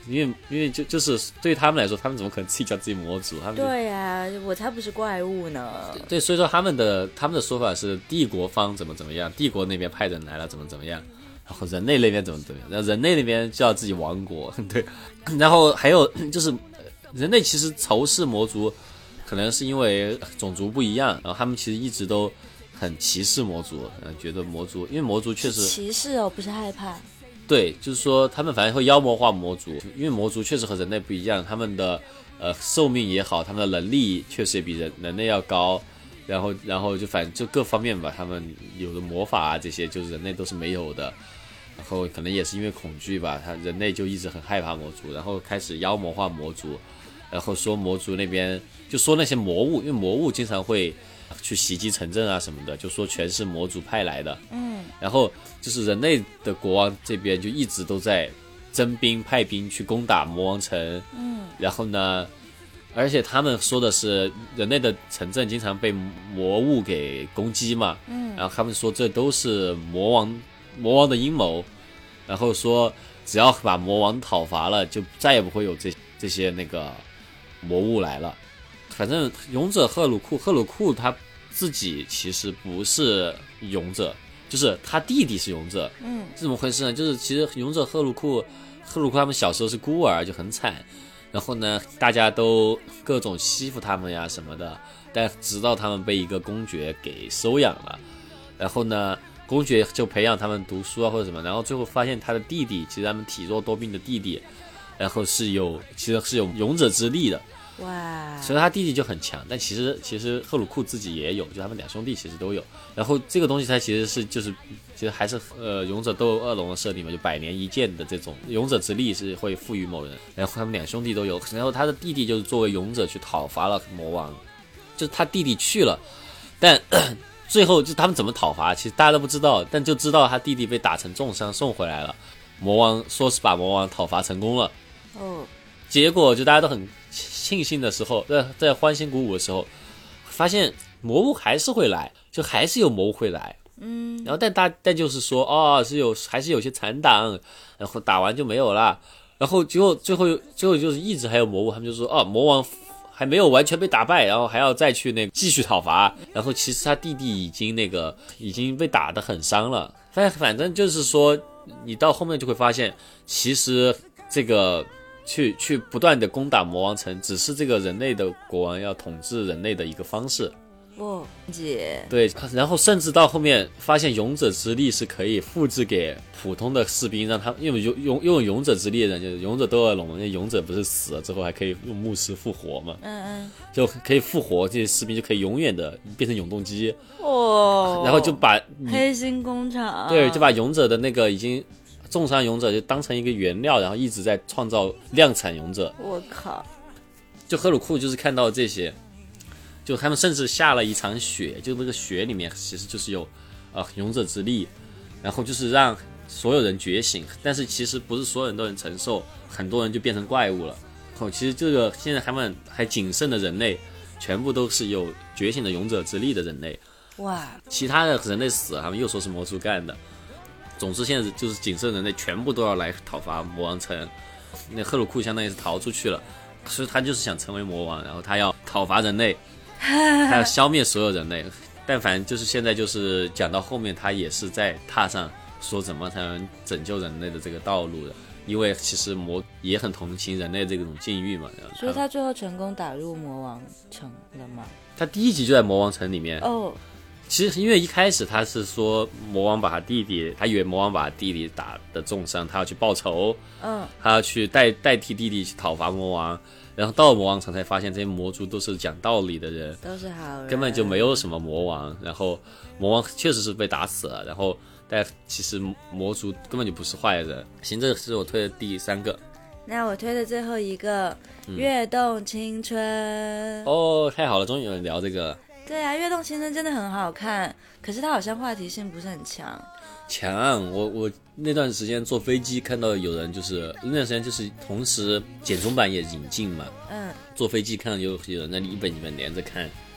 因为就是对于他们来说，他们怎么可能自己叫自己魔族？他们对呀、我才不是怪物呢。 对，所以说他们的说法是帝国方怎么样，帝国那边派人来了怎么样，然后人类那边怎么样，然后人类那边叫自己亡国，对，然后还有就是人类其实仇视魔族，可能是因为种族不一样，然后他们其实一直都很歧视魔族，觉得魔族，因为魔族确实歧视哦，不是害怕。 对，就是说他们反正会妖魔化魔族，因为魔族确实和人类不一样，他们的寿命也好，他们的能力确实也比人类要高，然后就反正就各方面吧，他们有的魔法啊这些，就是人类都是没有的。然后可能也是因为恐惧吧，人类就一直很害怕魔族，然后开始妖魔化魔族，然后说魔族那边就说那些魔物，因为魔物经常会去袭击城镇啊什么的，就说全是魔族派来的。然后就是人类的国王这边就一直都在征兵派兵去攻打魔王城。然后呢，而且他们说的是人类的城镇经常被魔物给攻击嘛。然后他们说这都是魔王的阴谋，然后说只要把魔王讨伐了，就再也不会有这些那个魔物来了。反正勇者赫鲁库他自己其实不是勇者，就是他弟弟是勇者。是怎么回事呢？就是其实勇者赫鲁库他们小时候是孤儿，就很惨，然后呢大家都各种欺负他们呀什么的，但直到他们被一个公爵给收养了，然后呢公爵就培养他们读书啊或者什么，然后最后发现他的弟弟，其实他们体弱多病的弟弟，然后其实是有勇者之力的。 哇！ 所以他弟弟就很强，但其实赫鲁库自己也有，就他们两兄弟其实都有。然后这个东西它其实还是勇者斗恶龙的设定嘛，就100年一见的这种勇者之力是会赋予某人，然后他们两兄弟都有。然后他的弟弟就是作为勇者去讨伐了魔王，就是他弟弟去了，但最后就他们怎么讨伐，其实大家都不知道，但就知道他弟弟被打成重伤送回来了，魔王说是把魔王讨伐成功了。结果就大家都很庆幸的时候，在欢欣鼓舞的时候，发现魔物还是会来，就还是有魔物会来。然后但就是说还是有些残党，然后打完就没有了。然后结果最后就是一直还有魔物，他们就说魔王还没有完全被打败，然后还要再去继续讨伐。然后其实他弟弟已经被打得很伤了。反正就是说，你到后面就会发现，其实这个去不断的攻打魔王城，只是这个人类的国王要统治人类的一个方式。 姐， 对，然后甚至到后面发现勇者之力是可以复制给普通的士兵，让他因为拥有勇者之力的人，就是勇者斗恶龙，因为勇者不是死了之后还可以用牧师复活嘛，就可以复活，这些士兵就可以永远的变成永动机。然后就把黑心工厂， 对，就把勇者的那个已经重伤勇者就当成一个原料，然后一直在创造量产勇者。 我靠！ 就赫鲁库就是看到这些，就他们甚至下了一场雪，就那个雪里面其实就是有勇者之力，然后就是让所有人觉醒，但是其实不是所有人都能承受，很多人就变成怪物了。其实这个现在他们还仅剩的人类，全部都是有觉醒的勇者之力的人类。 哇！ 其他的人类死了，他们又说是魔族干的。总之现在就是仅剩人类全部都要来讨伐魔王城，那赫鲁库相当于是逃出去了，所以他就是想成为魔王，然后他要讨伐人类，他要消灭所有人类。但反正就是现在就是讲到后面，他也是在踏上说怎么才能拯救人类的这个道路的，因为其实魔也很同情人类这种境遇嘛。 所以他最后成功打入魔王城了吗？ 他第一集就在魔王城里面。其实因为一开始他是说魔王把他弟弟，他以为魔王把他弟弟打的重伤，他要去报仇，他要去代替弟弟去讨伐魔王。然后到了魔王城才发现这些魔族都是讲道理的人， 都是好人， 根本就没有什么魔王。然后魔王确实是被打死了，然后但其实魔族根本就不是坏人。行，这是我推的第3个。 那我推的最后一个，跃动青春。 太好了，终于有人聊这个。 对啊，跃动青春真的很好看，可是它好像话题性不是很强。 我那段时间坐飞机看到有人就是那段时间就是同时简中版也引进嘛，坐飞机看到有人在一本连着看，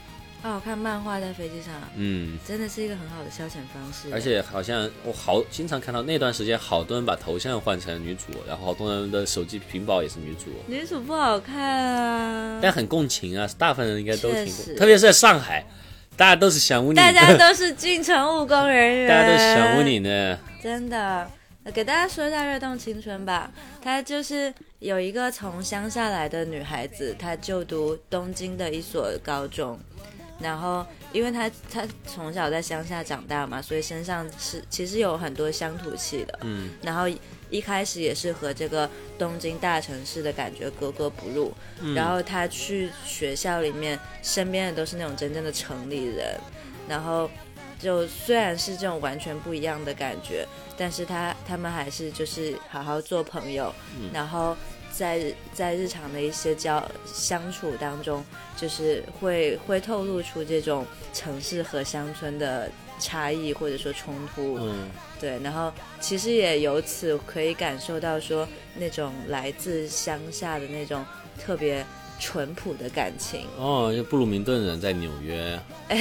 哦，看漫画在飞机上，真的是一个很好的消遣方式。 而且好像我经常看到那段时间，好多人把头像换成女主，然后好多人的手机屏保也是女主。 女主不好看啊， 但很共情啊，大部分人应该都听过，特别是在上海，大家都是想污你， 大家都是进城务工人员， 大家都是想污你呢， 真的。给大家说一下《跃动青春》吧，她就是有一个从乡下来的女孩子，她就读东京的一所高中，然后因为她从小在乡下长大嘛，所以身上其实有很多乡土气的，然后一开始也是和这个东京大城市的感觉格格不入，然后她去学校里面，身边的都是那种真正的城里人，然后就虽然是这种完全不一样的感觉，但是他们还是就是好好做朋友，然后在日常的一些相处当中，就是会透露出这种城市和乡村的差异或者说冲突，对，然后其实也由此可以感受到说那种来自乡下的那种特别淳朴的感情。 就布鲁明顿人在纽约，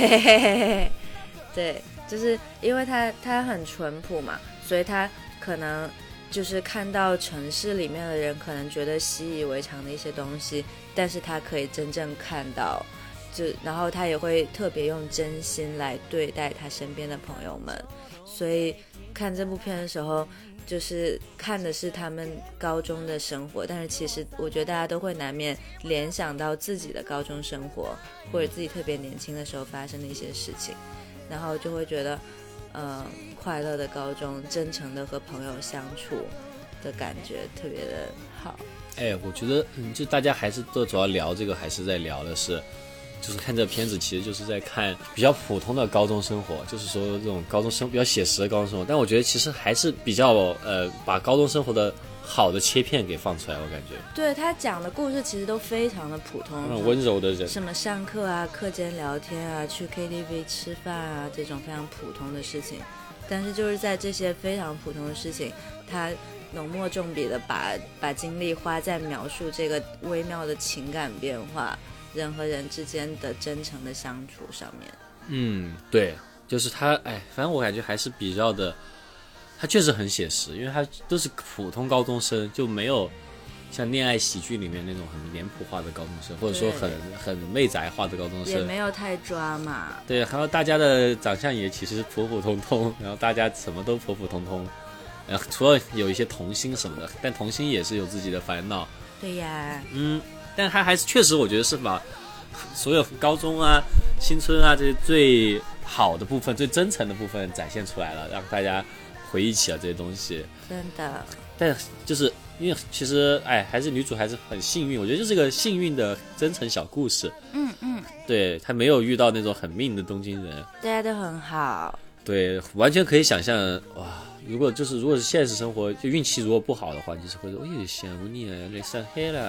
对，就是因为他很淳朴嘛，所以他可能就是看到城市里面的人可能觉得习以为常的一些东西，但是他可以真正看到，然后他也会特别用真心来对待他身边的朋友们。所以看这部片的时候，就是看的是他们高中的生活，但是其实我觉得大家都会难免联想到自己的高中生活，或者自己特别年轻的时候发生的一些事情，然后就会觉得快乐的高中，真诚的和朋友相处的感觉特别的好。 我觉得就大家还是都主要聊这个，还是在聊的是就是看这片子其实就是在看比较普通的高中生活，就是说这种高中生比较写实的高中生活，但我觉得其实还是比较把高中生活的好的切片给放出来，我感觉对他讲的故事其实都非常的普通， 很温柔的人， 什么上课啊、课间聊天啊、去 KTV 吃饭啊，这种非常普通的事情，但是就是在这些非常普通的事情，他浓墨重笔的把精力花在描述这个微妙的情感变化，人和人之间的真诚的相处上面。 对，就是他反正我感觉还是比较的，他确实很写实，因为他都是普通高中生，就没有像恋爱喜剧里面那种很脸谱化的高中生，或者说很媚宅化的高中生， 也没有太抓嘛。 对，还有大家的长相也其实普普通通，然后大家什么都普普通通，除了有一些童星什么的，但童星也是有自己的烦恼。 对呀， 但他还是确实，我觉得是把所有高中啊、青春啊这些最好的部分、最真诚的部分展现出来了，让大家回忆起了这些东西。 真的。 但就是因为其实还是女主还是很幸运，我觉得就是个幸运的真诚小故事。对，她没有遇到那种很命的东京人， 大家都很好。对， 完全可以想象哇。如果是现实生活，就运气如果不好的话，就是会说，羡慕你啊，你上黑了，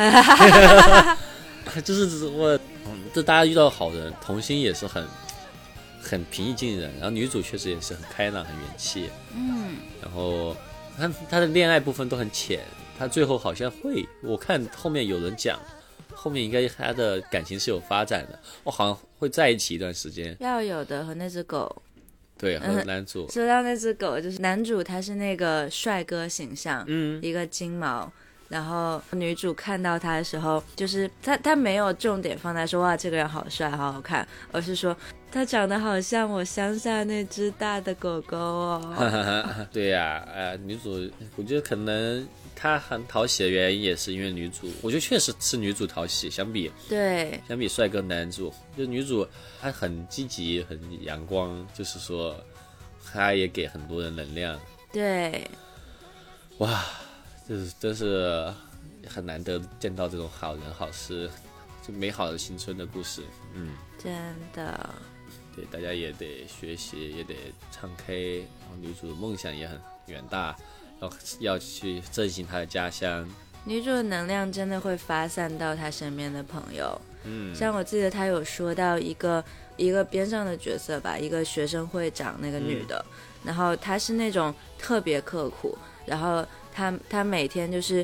就是这大家遇到好人，童星也是很平易近人，然后女主确实也是很开朗、很元气，然后她的恋爱部分都很浅，她最后好像我看后面有人讲，后面应该她的感情是有发展的，好像会在一起一段时间， 要有的，和那只狗。 对，和男主。 说到那只狗，就是男主他是那个帅哥形象，一个金毛，然后女主看到他的时候，就是他没有重点放在说哇这个人好帅好好看，而是说他长得好像我乡下那只大的狗狗哦。 对呀，女主我觉得可能她很讨喜的原因也是因为女主，我觉得确实是女主讨喜，相比帅哥男主，就女主她很积极很阳光，就是说她也给很多人能量。 对， 哇，就是真是很难得见到这种好人好事，就美好的青春的故事。 真的。 对，大家也得学习，也得唱 K， 然后女主的梦想也很远大，要去振兴她的家乡。 女主的能量真的会发散到她身边的朋友。像我记得她有说到一个边上的角色吧，一个学生会长，那个女的，然后她是那种特别刻苦，然后她每天就是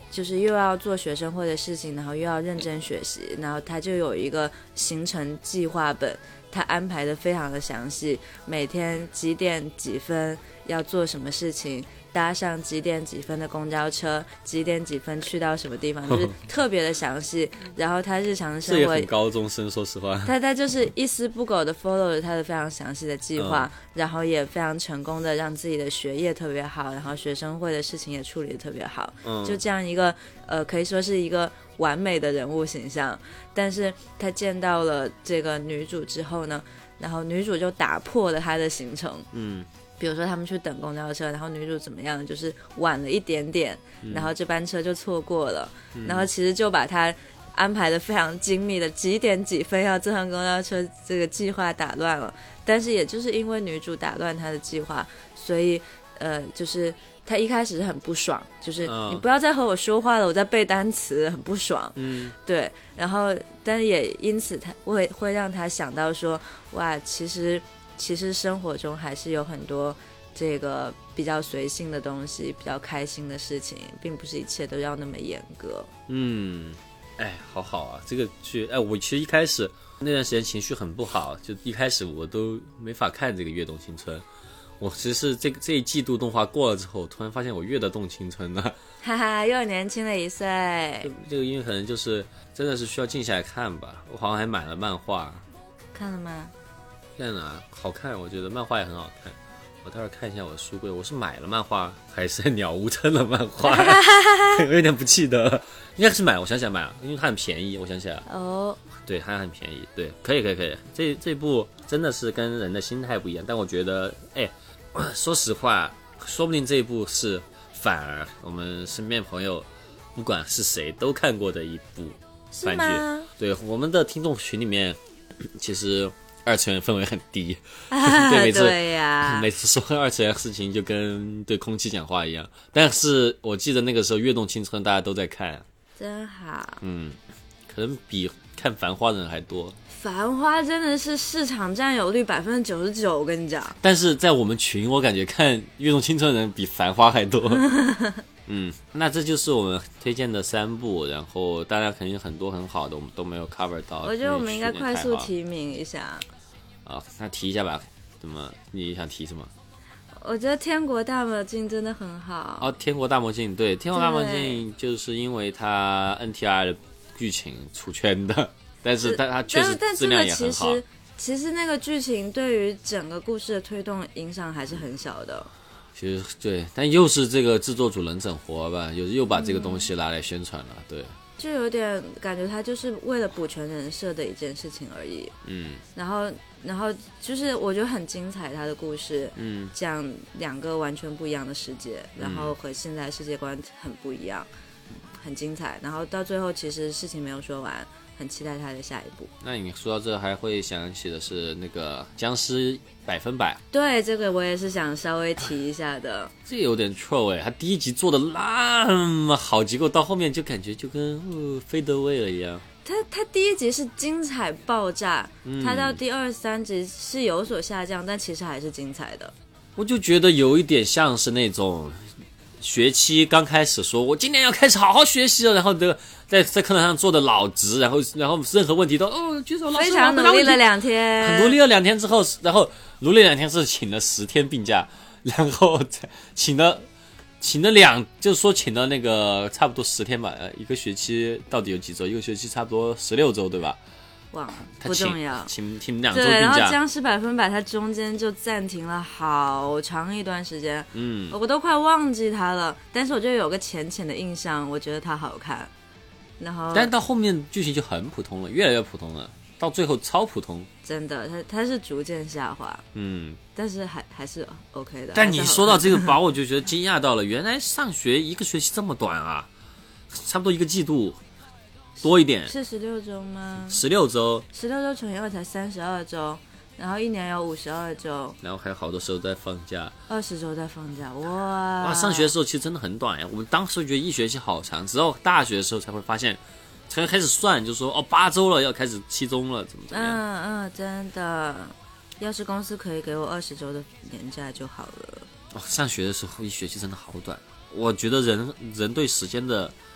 就是又要做学生会的事情，然后又要认真学习，然后他就有一个行程计划本，他安排的非常的详细，每天几点几分要做什么事情，搭上几点几分的公交车，几点几分去到什么地方，就是特别的详细。然后他日常的生活， 这也很高中生，说实话。 他就是一丝不苟的 follow 了他的非常详细的计划，然后也非常成功的让自己的学业特别好，然后学生会的事情也处理的特别好。就这样一个可以说是一个完美的人物形象。但是他见到了这个女主之后呢，然后女主就打破了他的行程。比如说他们去等公交车，然后女主怎么样，就是晚了一点点，然后这班车就错过了，然后其实就把他安排的非常精密的几点几分要坐上公交车这个计划打乱了。但是也就是因为女主打乱他的计划，所以就是他一开始是很不爽，就是你不要再和我说话了，我在背单词，很不爽。对，然后但是也因此他会让他想到说，哇，其实生活中还是有很多这个比较随性的东西，比较开心的事情，并不是一切都要那么严格。 好好啊，这个剧，我其实一开始那段时间情绪很不好，就一开始我都没法看这个《跃动青春》。我其实是这一季度动画过了之后，突然发现我跃得动青春了， 哈哈，又年轻了1岁。 这个因为可能就是真的是需要静下来看吧。我好像还买了漫画， 看了吗？ 看了，好看，我觉得漫画也很好看。我待会儿看一下我的书柜，我是买了漫画还是鸟屋村的漫画？我有点不记得了，应该是买，我想起来买了，因为它很便宜，我想起来了。对，它很便宜，对，可以。这部真的是跟人的心态不一样，但我觉得，说实话，说不定这一部是反而我们身边朋友不管是谁都看过的一部番剧。对，我们的听众群里面其实二次元氛围很低，对，每次说二次元事情就跟对空气讲话一样。但是我记得那个时候《跃动青春》大家都在看， 真好。 可能比看《繁花》的人还多。 繁花真的是市场占有率99%，我跟你讲。 但是在我们群，我感觉看《跃动青春》的人比《繁花》还多。那这就是我们推荐的3部，然后当然肯定很多很好的我们都没有 cover 到。 我觉得我们应该快速提名一下。 那提一下吧，怎么你想提什么？ 我觉得《天国大魔镜》真的很好。 《天国大魔镜》对，《天国大魔镜》就是因为它 NTR 的剧情出圈的，但是它确实质量也很好。 其实那个剧情对于整个故事的推动影响还是很小的。 其实对，但又是这个制作组能整活吧，又把这个东西拿来宣传了，对。 就有点感觉他就是为了补全人设的一件事情而已。然后就是我觉得很精彩，他的故事，讲2个完全不一样的世界，然后和现在世界观很不一样，很精彩。然后到最后其实事情没有说完，很期待他的下一步。 那你说到这还会想起的是那个僵尸100%。对， 这个我也是想稍微提一下的。 这有点臭他第1集做的那么好，结果到后面就感觉就跟fade away了一样。 他第1集是精彩爆炸，他到第2、3集是有所下降，但其实还是精彩的。 我就觉得有一点像是那种学期刚开始说我今年要开始好好学习了，然后在课堂上做的老直，然后任何问题都举手，老师非常努力了2天， 很努力了2天之后，然后努力2天是请了10天病假，然后请了就是说请了那个差不多10天吧，一个学期到底有几周？一个学期差不多16周，对吧？ 忘了，不重要。 请2周病假。 对，然后僵尸100%它中间就暂停了好长一段时间，我都快忘记它了。但是我就有个浅浅的印象，我觉得它好看。然后， 但是到后面剧情就很普通了，越来越普通了，到最后超普通。 真的，它是逐渐下滑。但是还是 OK 的。 但你说到这个把我就觉得惊讶到了，原来上学1个学期这么短啊，差不多1个季度。多一点是16周吗 ？16周 ，16周乘以2才32周，然后1年有52周， 然后还有好多时候在放假 ，20周在放假，哇！ 上学的时候其实真的很短呀。我们当时觉得1学期好长，直到大学的时候才会发现，才开始算，就说8周了，要开始期中了，怎么样？ 真的，要是公司可以给我20周的年假就好了。 上学的时候1学期真的好短，我觉得人对时间的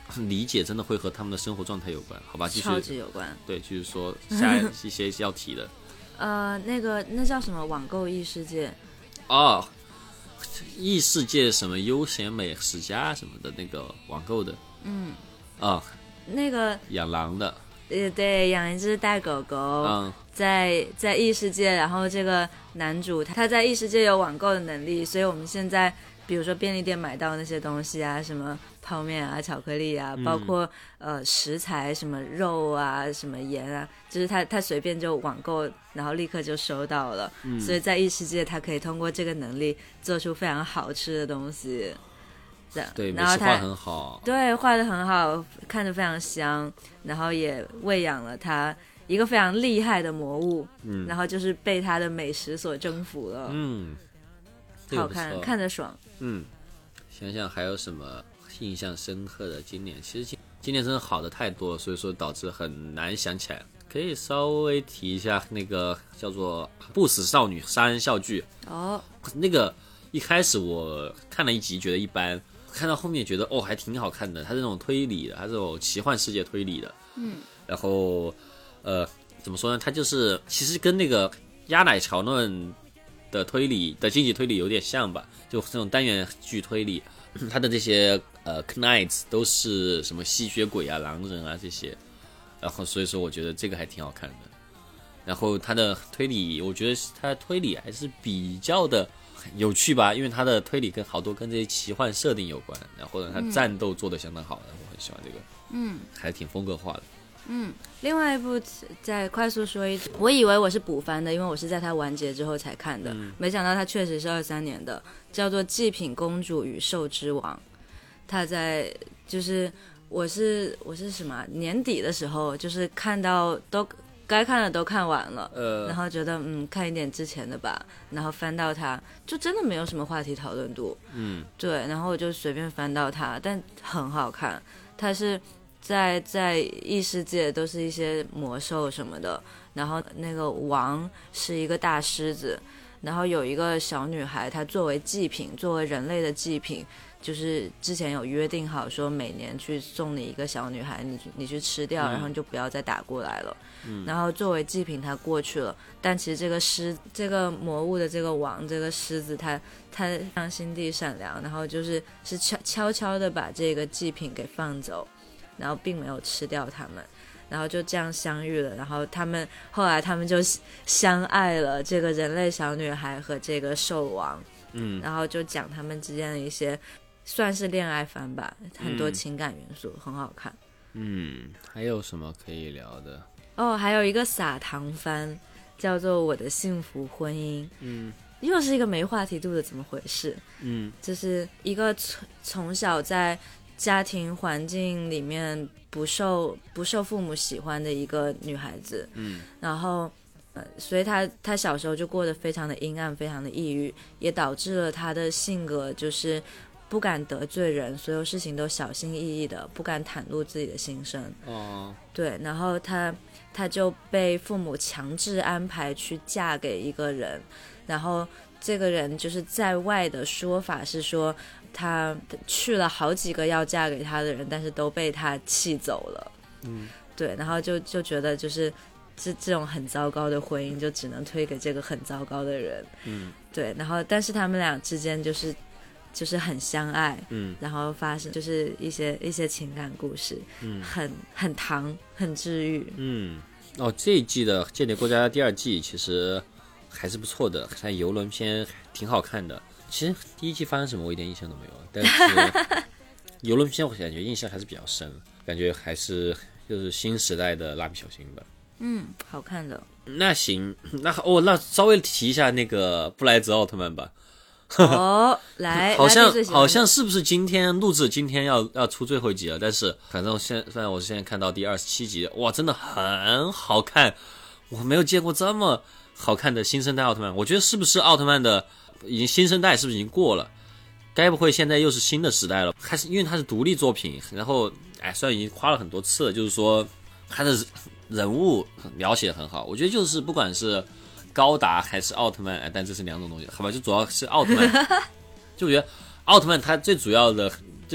理解真的会和他们的生活状态有关，好吧？继续， 超级有关。 对，就是说下一些要提的。 那叫什么网购异世界？ 哦，异世界什么悠闲美食家什么的那个网购的， 那个养狼的， 对，养一只大狗狗，在异世界，然后这个男主他在异世界有网购的能力，所以我们现在比如说便利店买到那些东西啊，什么泡面啊、巧克力啊，包括食材什么肉啊、什么盐啊，就是他随便就网购，然后立刻就收到了，所以在异世界他可以通过这个能力做出非常好吃的东西。 对， 然后美食画很好， 对，画得很好，看着非常香，然后也喂养了他一个非常厉害的魔物，然后就是被他的美食所征服了，好看，看着爽。 想想还有什么印象深刻的今年，其实今年真的好的太多了，所以说导致很难想起来。可以稍微提一下那个叫做《不死少女杀人笑剧》那个一开始我看了一集觉得一般，看到后面觉得还挺好看的，它是那种推理的，它是这种奇幻世界推理的，然后怎么说呢，它就是其实跟那个鸭奶桥论的推理的经济推理有点像吧，就这种单元剧推理，它的这些knights 都是什么吸血鬼啊、狼人啊这些，然后所以说我觉得这个还挺好看的。然后它的推理，我觉得它的推理还是比较的有趣吧，因为它的推理跟好多跟这些奇幻设定有关，然后呢，它战斗做得相当好，我很喜欢这个，还挺风格化的。 另外一部再快速说一，我以为我是补番的，因为我是在它完结之后才看的，没想到它确实是23年的，叫做《祭品公主与兽之王》。它在就是我是什么年底的时候，就是看到都该看的都看完了，然后觉得看一点之前的吧，然后翻到它就真的没有什么话题讨论度，对，然后我就随便翻到它，但很好看，它是在异世界都是一些魔兽什么的，然后那个王是一个大狮子，然后有一个小女孩，她作为祭品，作为人类的祭品，就是之前有约定好说每年去送你一个小女孩，你去吃掉，然后你就不要再打过来了。然后作为祭品她过去了，但其实这个魔物的这个王，这个狮子，他非常心地善良，然后是悄悄的把这个祭品给放走，然后并没有吃掉他们。然后就这样相遇了，然后后来他们就相爱了，这个人类小女孩和这个兽王，然后就讲他们之间的一些算是恋爱番吧，很多情感元素，很好看。 还有什么可以聊的？ 还有一个撒糖番，叫做《我的幸福婚姻》，又是一个没话题度的，怎么回事？就是一个从小在家庭环境里面不受父母喜欢的一个女孩子，然后所以她小时候就过得非常的阴暗，非常的抑郁，也导致了她的性格就是不敢得罪人，所有事情都小心翼翼的，不敢袒露自己的心声。对，然后她就被父母强制安排去嫁给一个人，然后这个人就是在外的说法是说她去了好几个要嫁给她的人，但是都被她气走了。对，然后就觉得就是这种很糟糕的婚姻就只能推给这个很糟糕的人。对，然后但是他们俩之间就是很相爱，然后发生就是一些情感故事，很糖，很治愈。 这一季的《间谍过家家》第2季其实还是不错的，看游轮篇挺好看的。其实第1季发生什么我一点印象都没有，但是游轮篇我感觉印象还是比较深，感觉还是就是新时代的蜡笔小新吧。 好看的。 那行，那稍微提一下那个布莱泽奥特曼吧。 来， 好像是不是今天要出最后一集了？但是反正我现在看到第27集，哇，真的很好看，我没有见过这么好看的新生代奥特曼。我觉得是不是奥特曼的已经新生代是不是已经过了？该不会现在又是新的时代了？还是因为它是独立作品，然后虽然已经夸了很多次了，就是说它的人物描写很好，我觉得就是不管是高达还是奥特曼，但这是2种东西，好吧？就主要是奥特曼，就我觉得奥特曼它最主要的就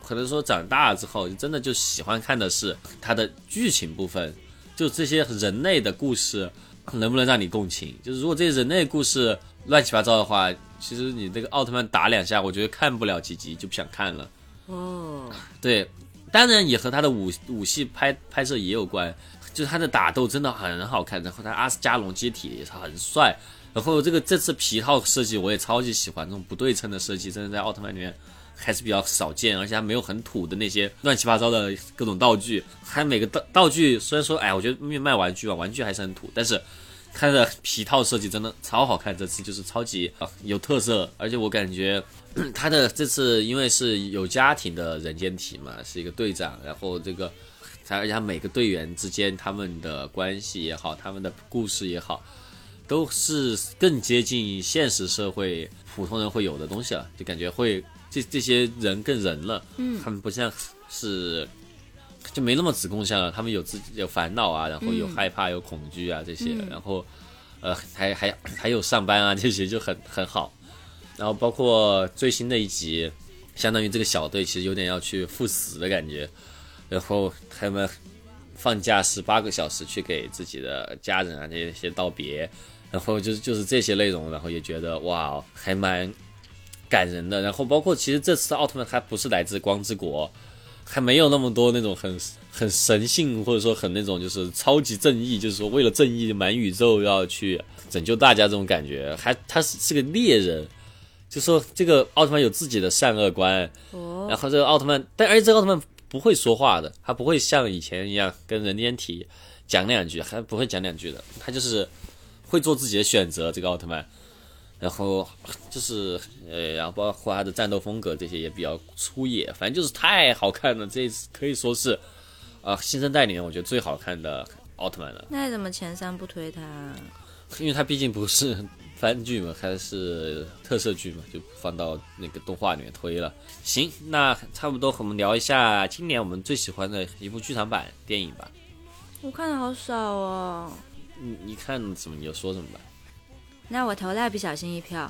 可能说长大了之后，真的就喜欢看的是它的剧情部分，就这些人类的故事能不能让你共情。就是如果这些人类故事乱七八糟的话，其实你这个奥特曼打2下，我觉得看不了几集就不想看了。对，当然也和他的武戏拍摄也有关，就是他的打斗真的很好看，然后他阿斯加隆接体也是很帅，然后这次皮套设计我也超级喜欢，这种不对称的设计真的在奥特曼里面还是比较少见，而且它没有很土的那些乱七八糟的各种道具，它每个道具虽然说我觉得卖玩具吧，玩具还是很土，但是它的皮套设计真的超好看，这次就是超级有特色，而且我感觉他的这次因为是有家庭的人间体嘛，是一个队长，然后而且他每个队员之间他们的关系也好，他们的故事也好，都是更接近现实社会普通人会有的东西了，就感觉会这些人更人了，他们不像是就没那么子贡像了，他们有自己有烦恼啊，然后有害怕有恐惧啊这些，然后还有上班啊这些就很好。然后包括最新的一集，相当于这个小队其实有点要去赴死的感觉，然后他们放假18个小时去给自己的家人啊这些道别，然后就是这些内容，然后也觉得哇还蛮感人的。然后包括其实这次奥特曼他不是来自光之国，还没有那么多那种很神性或者说很那种就是超级正义，就是说为了正义满宇宙要去拯救大家这种感觉，他是个猎人，就说这个奥特曼有自己的善恶观，然后这个奥特曼，而且这个奥特曼不会说话的，他不会像以前一样跟人间体讲2句，还不会讲2句的，他就是会做自己的选择，这个奥特曼。然后就是然后包括他的战斗风格这些也比较粗野，反正就是太好看了，这可以说是新生代里面我觉得最好看的奥特曼了。 那你怎么前3不推他？ 因为他毕竟不是番剧嘛，它是特摄剧嘛，就放到那个动画里面推了。行，那差不多我们聊一下今年我们最喜欢的一部剧场版电影吧。 我看的好少哦。 你看什么你就说什么吧。 那我投蜡笔小新1票。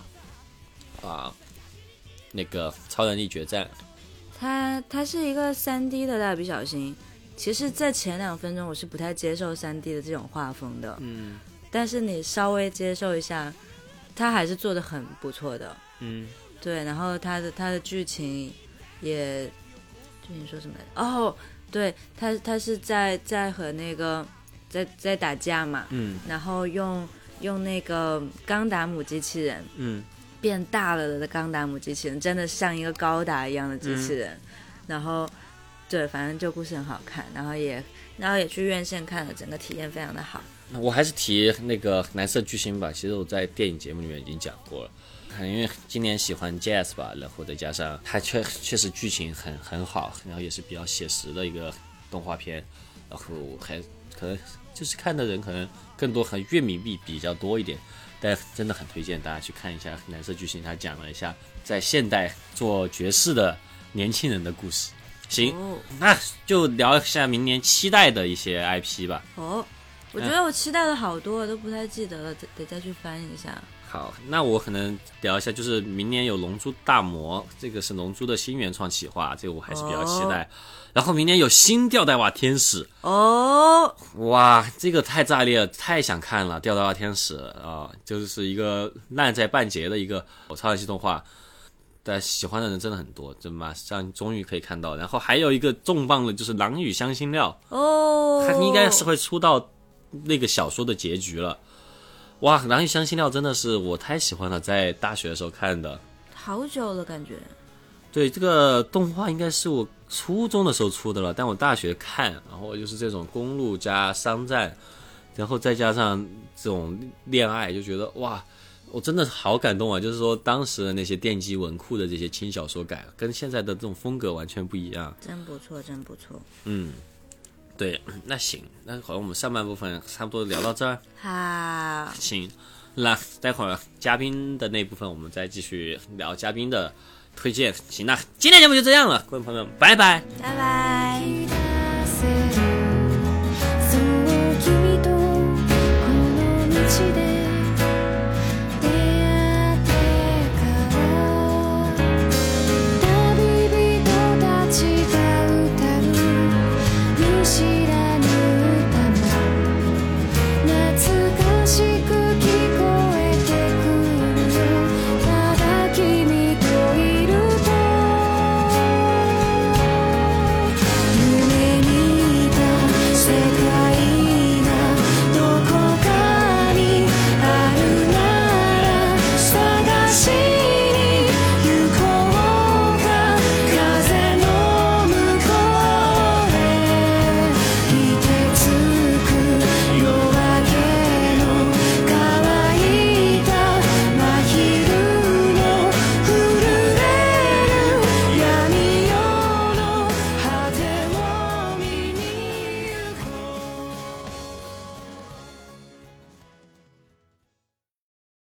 那个超能力决战， 它是一个3D 的蜡笔小新。其实在前2分钟我是不太接受3D 的这种画风的，但是你稍微接受一下，它还是做的很不错的。对，然后它的剧情也，剧情说什么来着？哦，对，它是在和那个在打架嘛，然后用那个钢达姆机器人，变大了的钢达姆机器人，真的像一个高达一样的机器人，然后对，反正就故事很好看，然后也去院线看了，整个体验非常的好。 我还是提那个蓝色巨星吧，其实我在电影节目里面已经讲过了，因为今年喜欢 Jazz 吧，然后再加上它确实剧情很好，然后也是比较写实的一个动画片，然后还可能就是看的人可能更多和乐迷比较多一点，但真的很推荐大家去看一下蓝色巨星，他讲了一下在现代做爵士的年轻人的故事。行，那就聊一下明年期待的一些 IP 吧。 我觉得我期待的好多都不太记得了，得再去翻一下。 好，那我可能聊一下，就是明年有龙珠大魔，这个是龙珠的新原创企划，这个我还是比较期待。然后明年有新吊带袜天使，哇，这个太炸裂了，太想看了。吊带袜天使就是一个烂在半截的一个超人系动画，但喜欢的人真的很多，就马上终于可以看到。然后还有一个重磅的就是狼与香辛料，它应该是会出到那个小说的结局了。哇，狼与香辛料真的是我太喜欢了，在大学的时候看的， 好久了感觉。 对，这个动画应该是我初中的时候出的了，但我大学看，然后就是这种公路加商战，然后再加上这种恋爱，就觉得哇，我真的好感动啊！就是说当时的那些电击文库的这些轻小说改，跟现在的这种风格完全不一样， 真不错，真不错。 对，那行，那好，我们上半部分差不多聊到这儿。 好， 行，那待会儿嘉宾的那部分我们再继续聊嘉宾的推荐。行，那今天节目就这样了，各位朋友们，拜拜， 拜拜。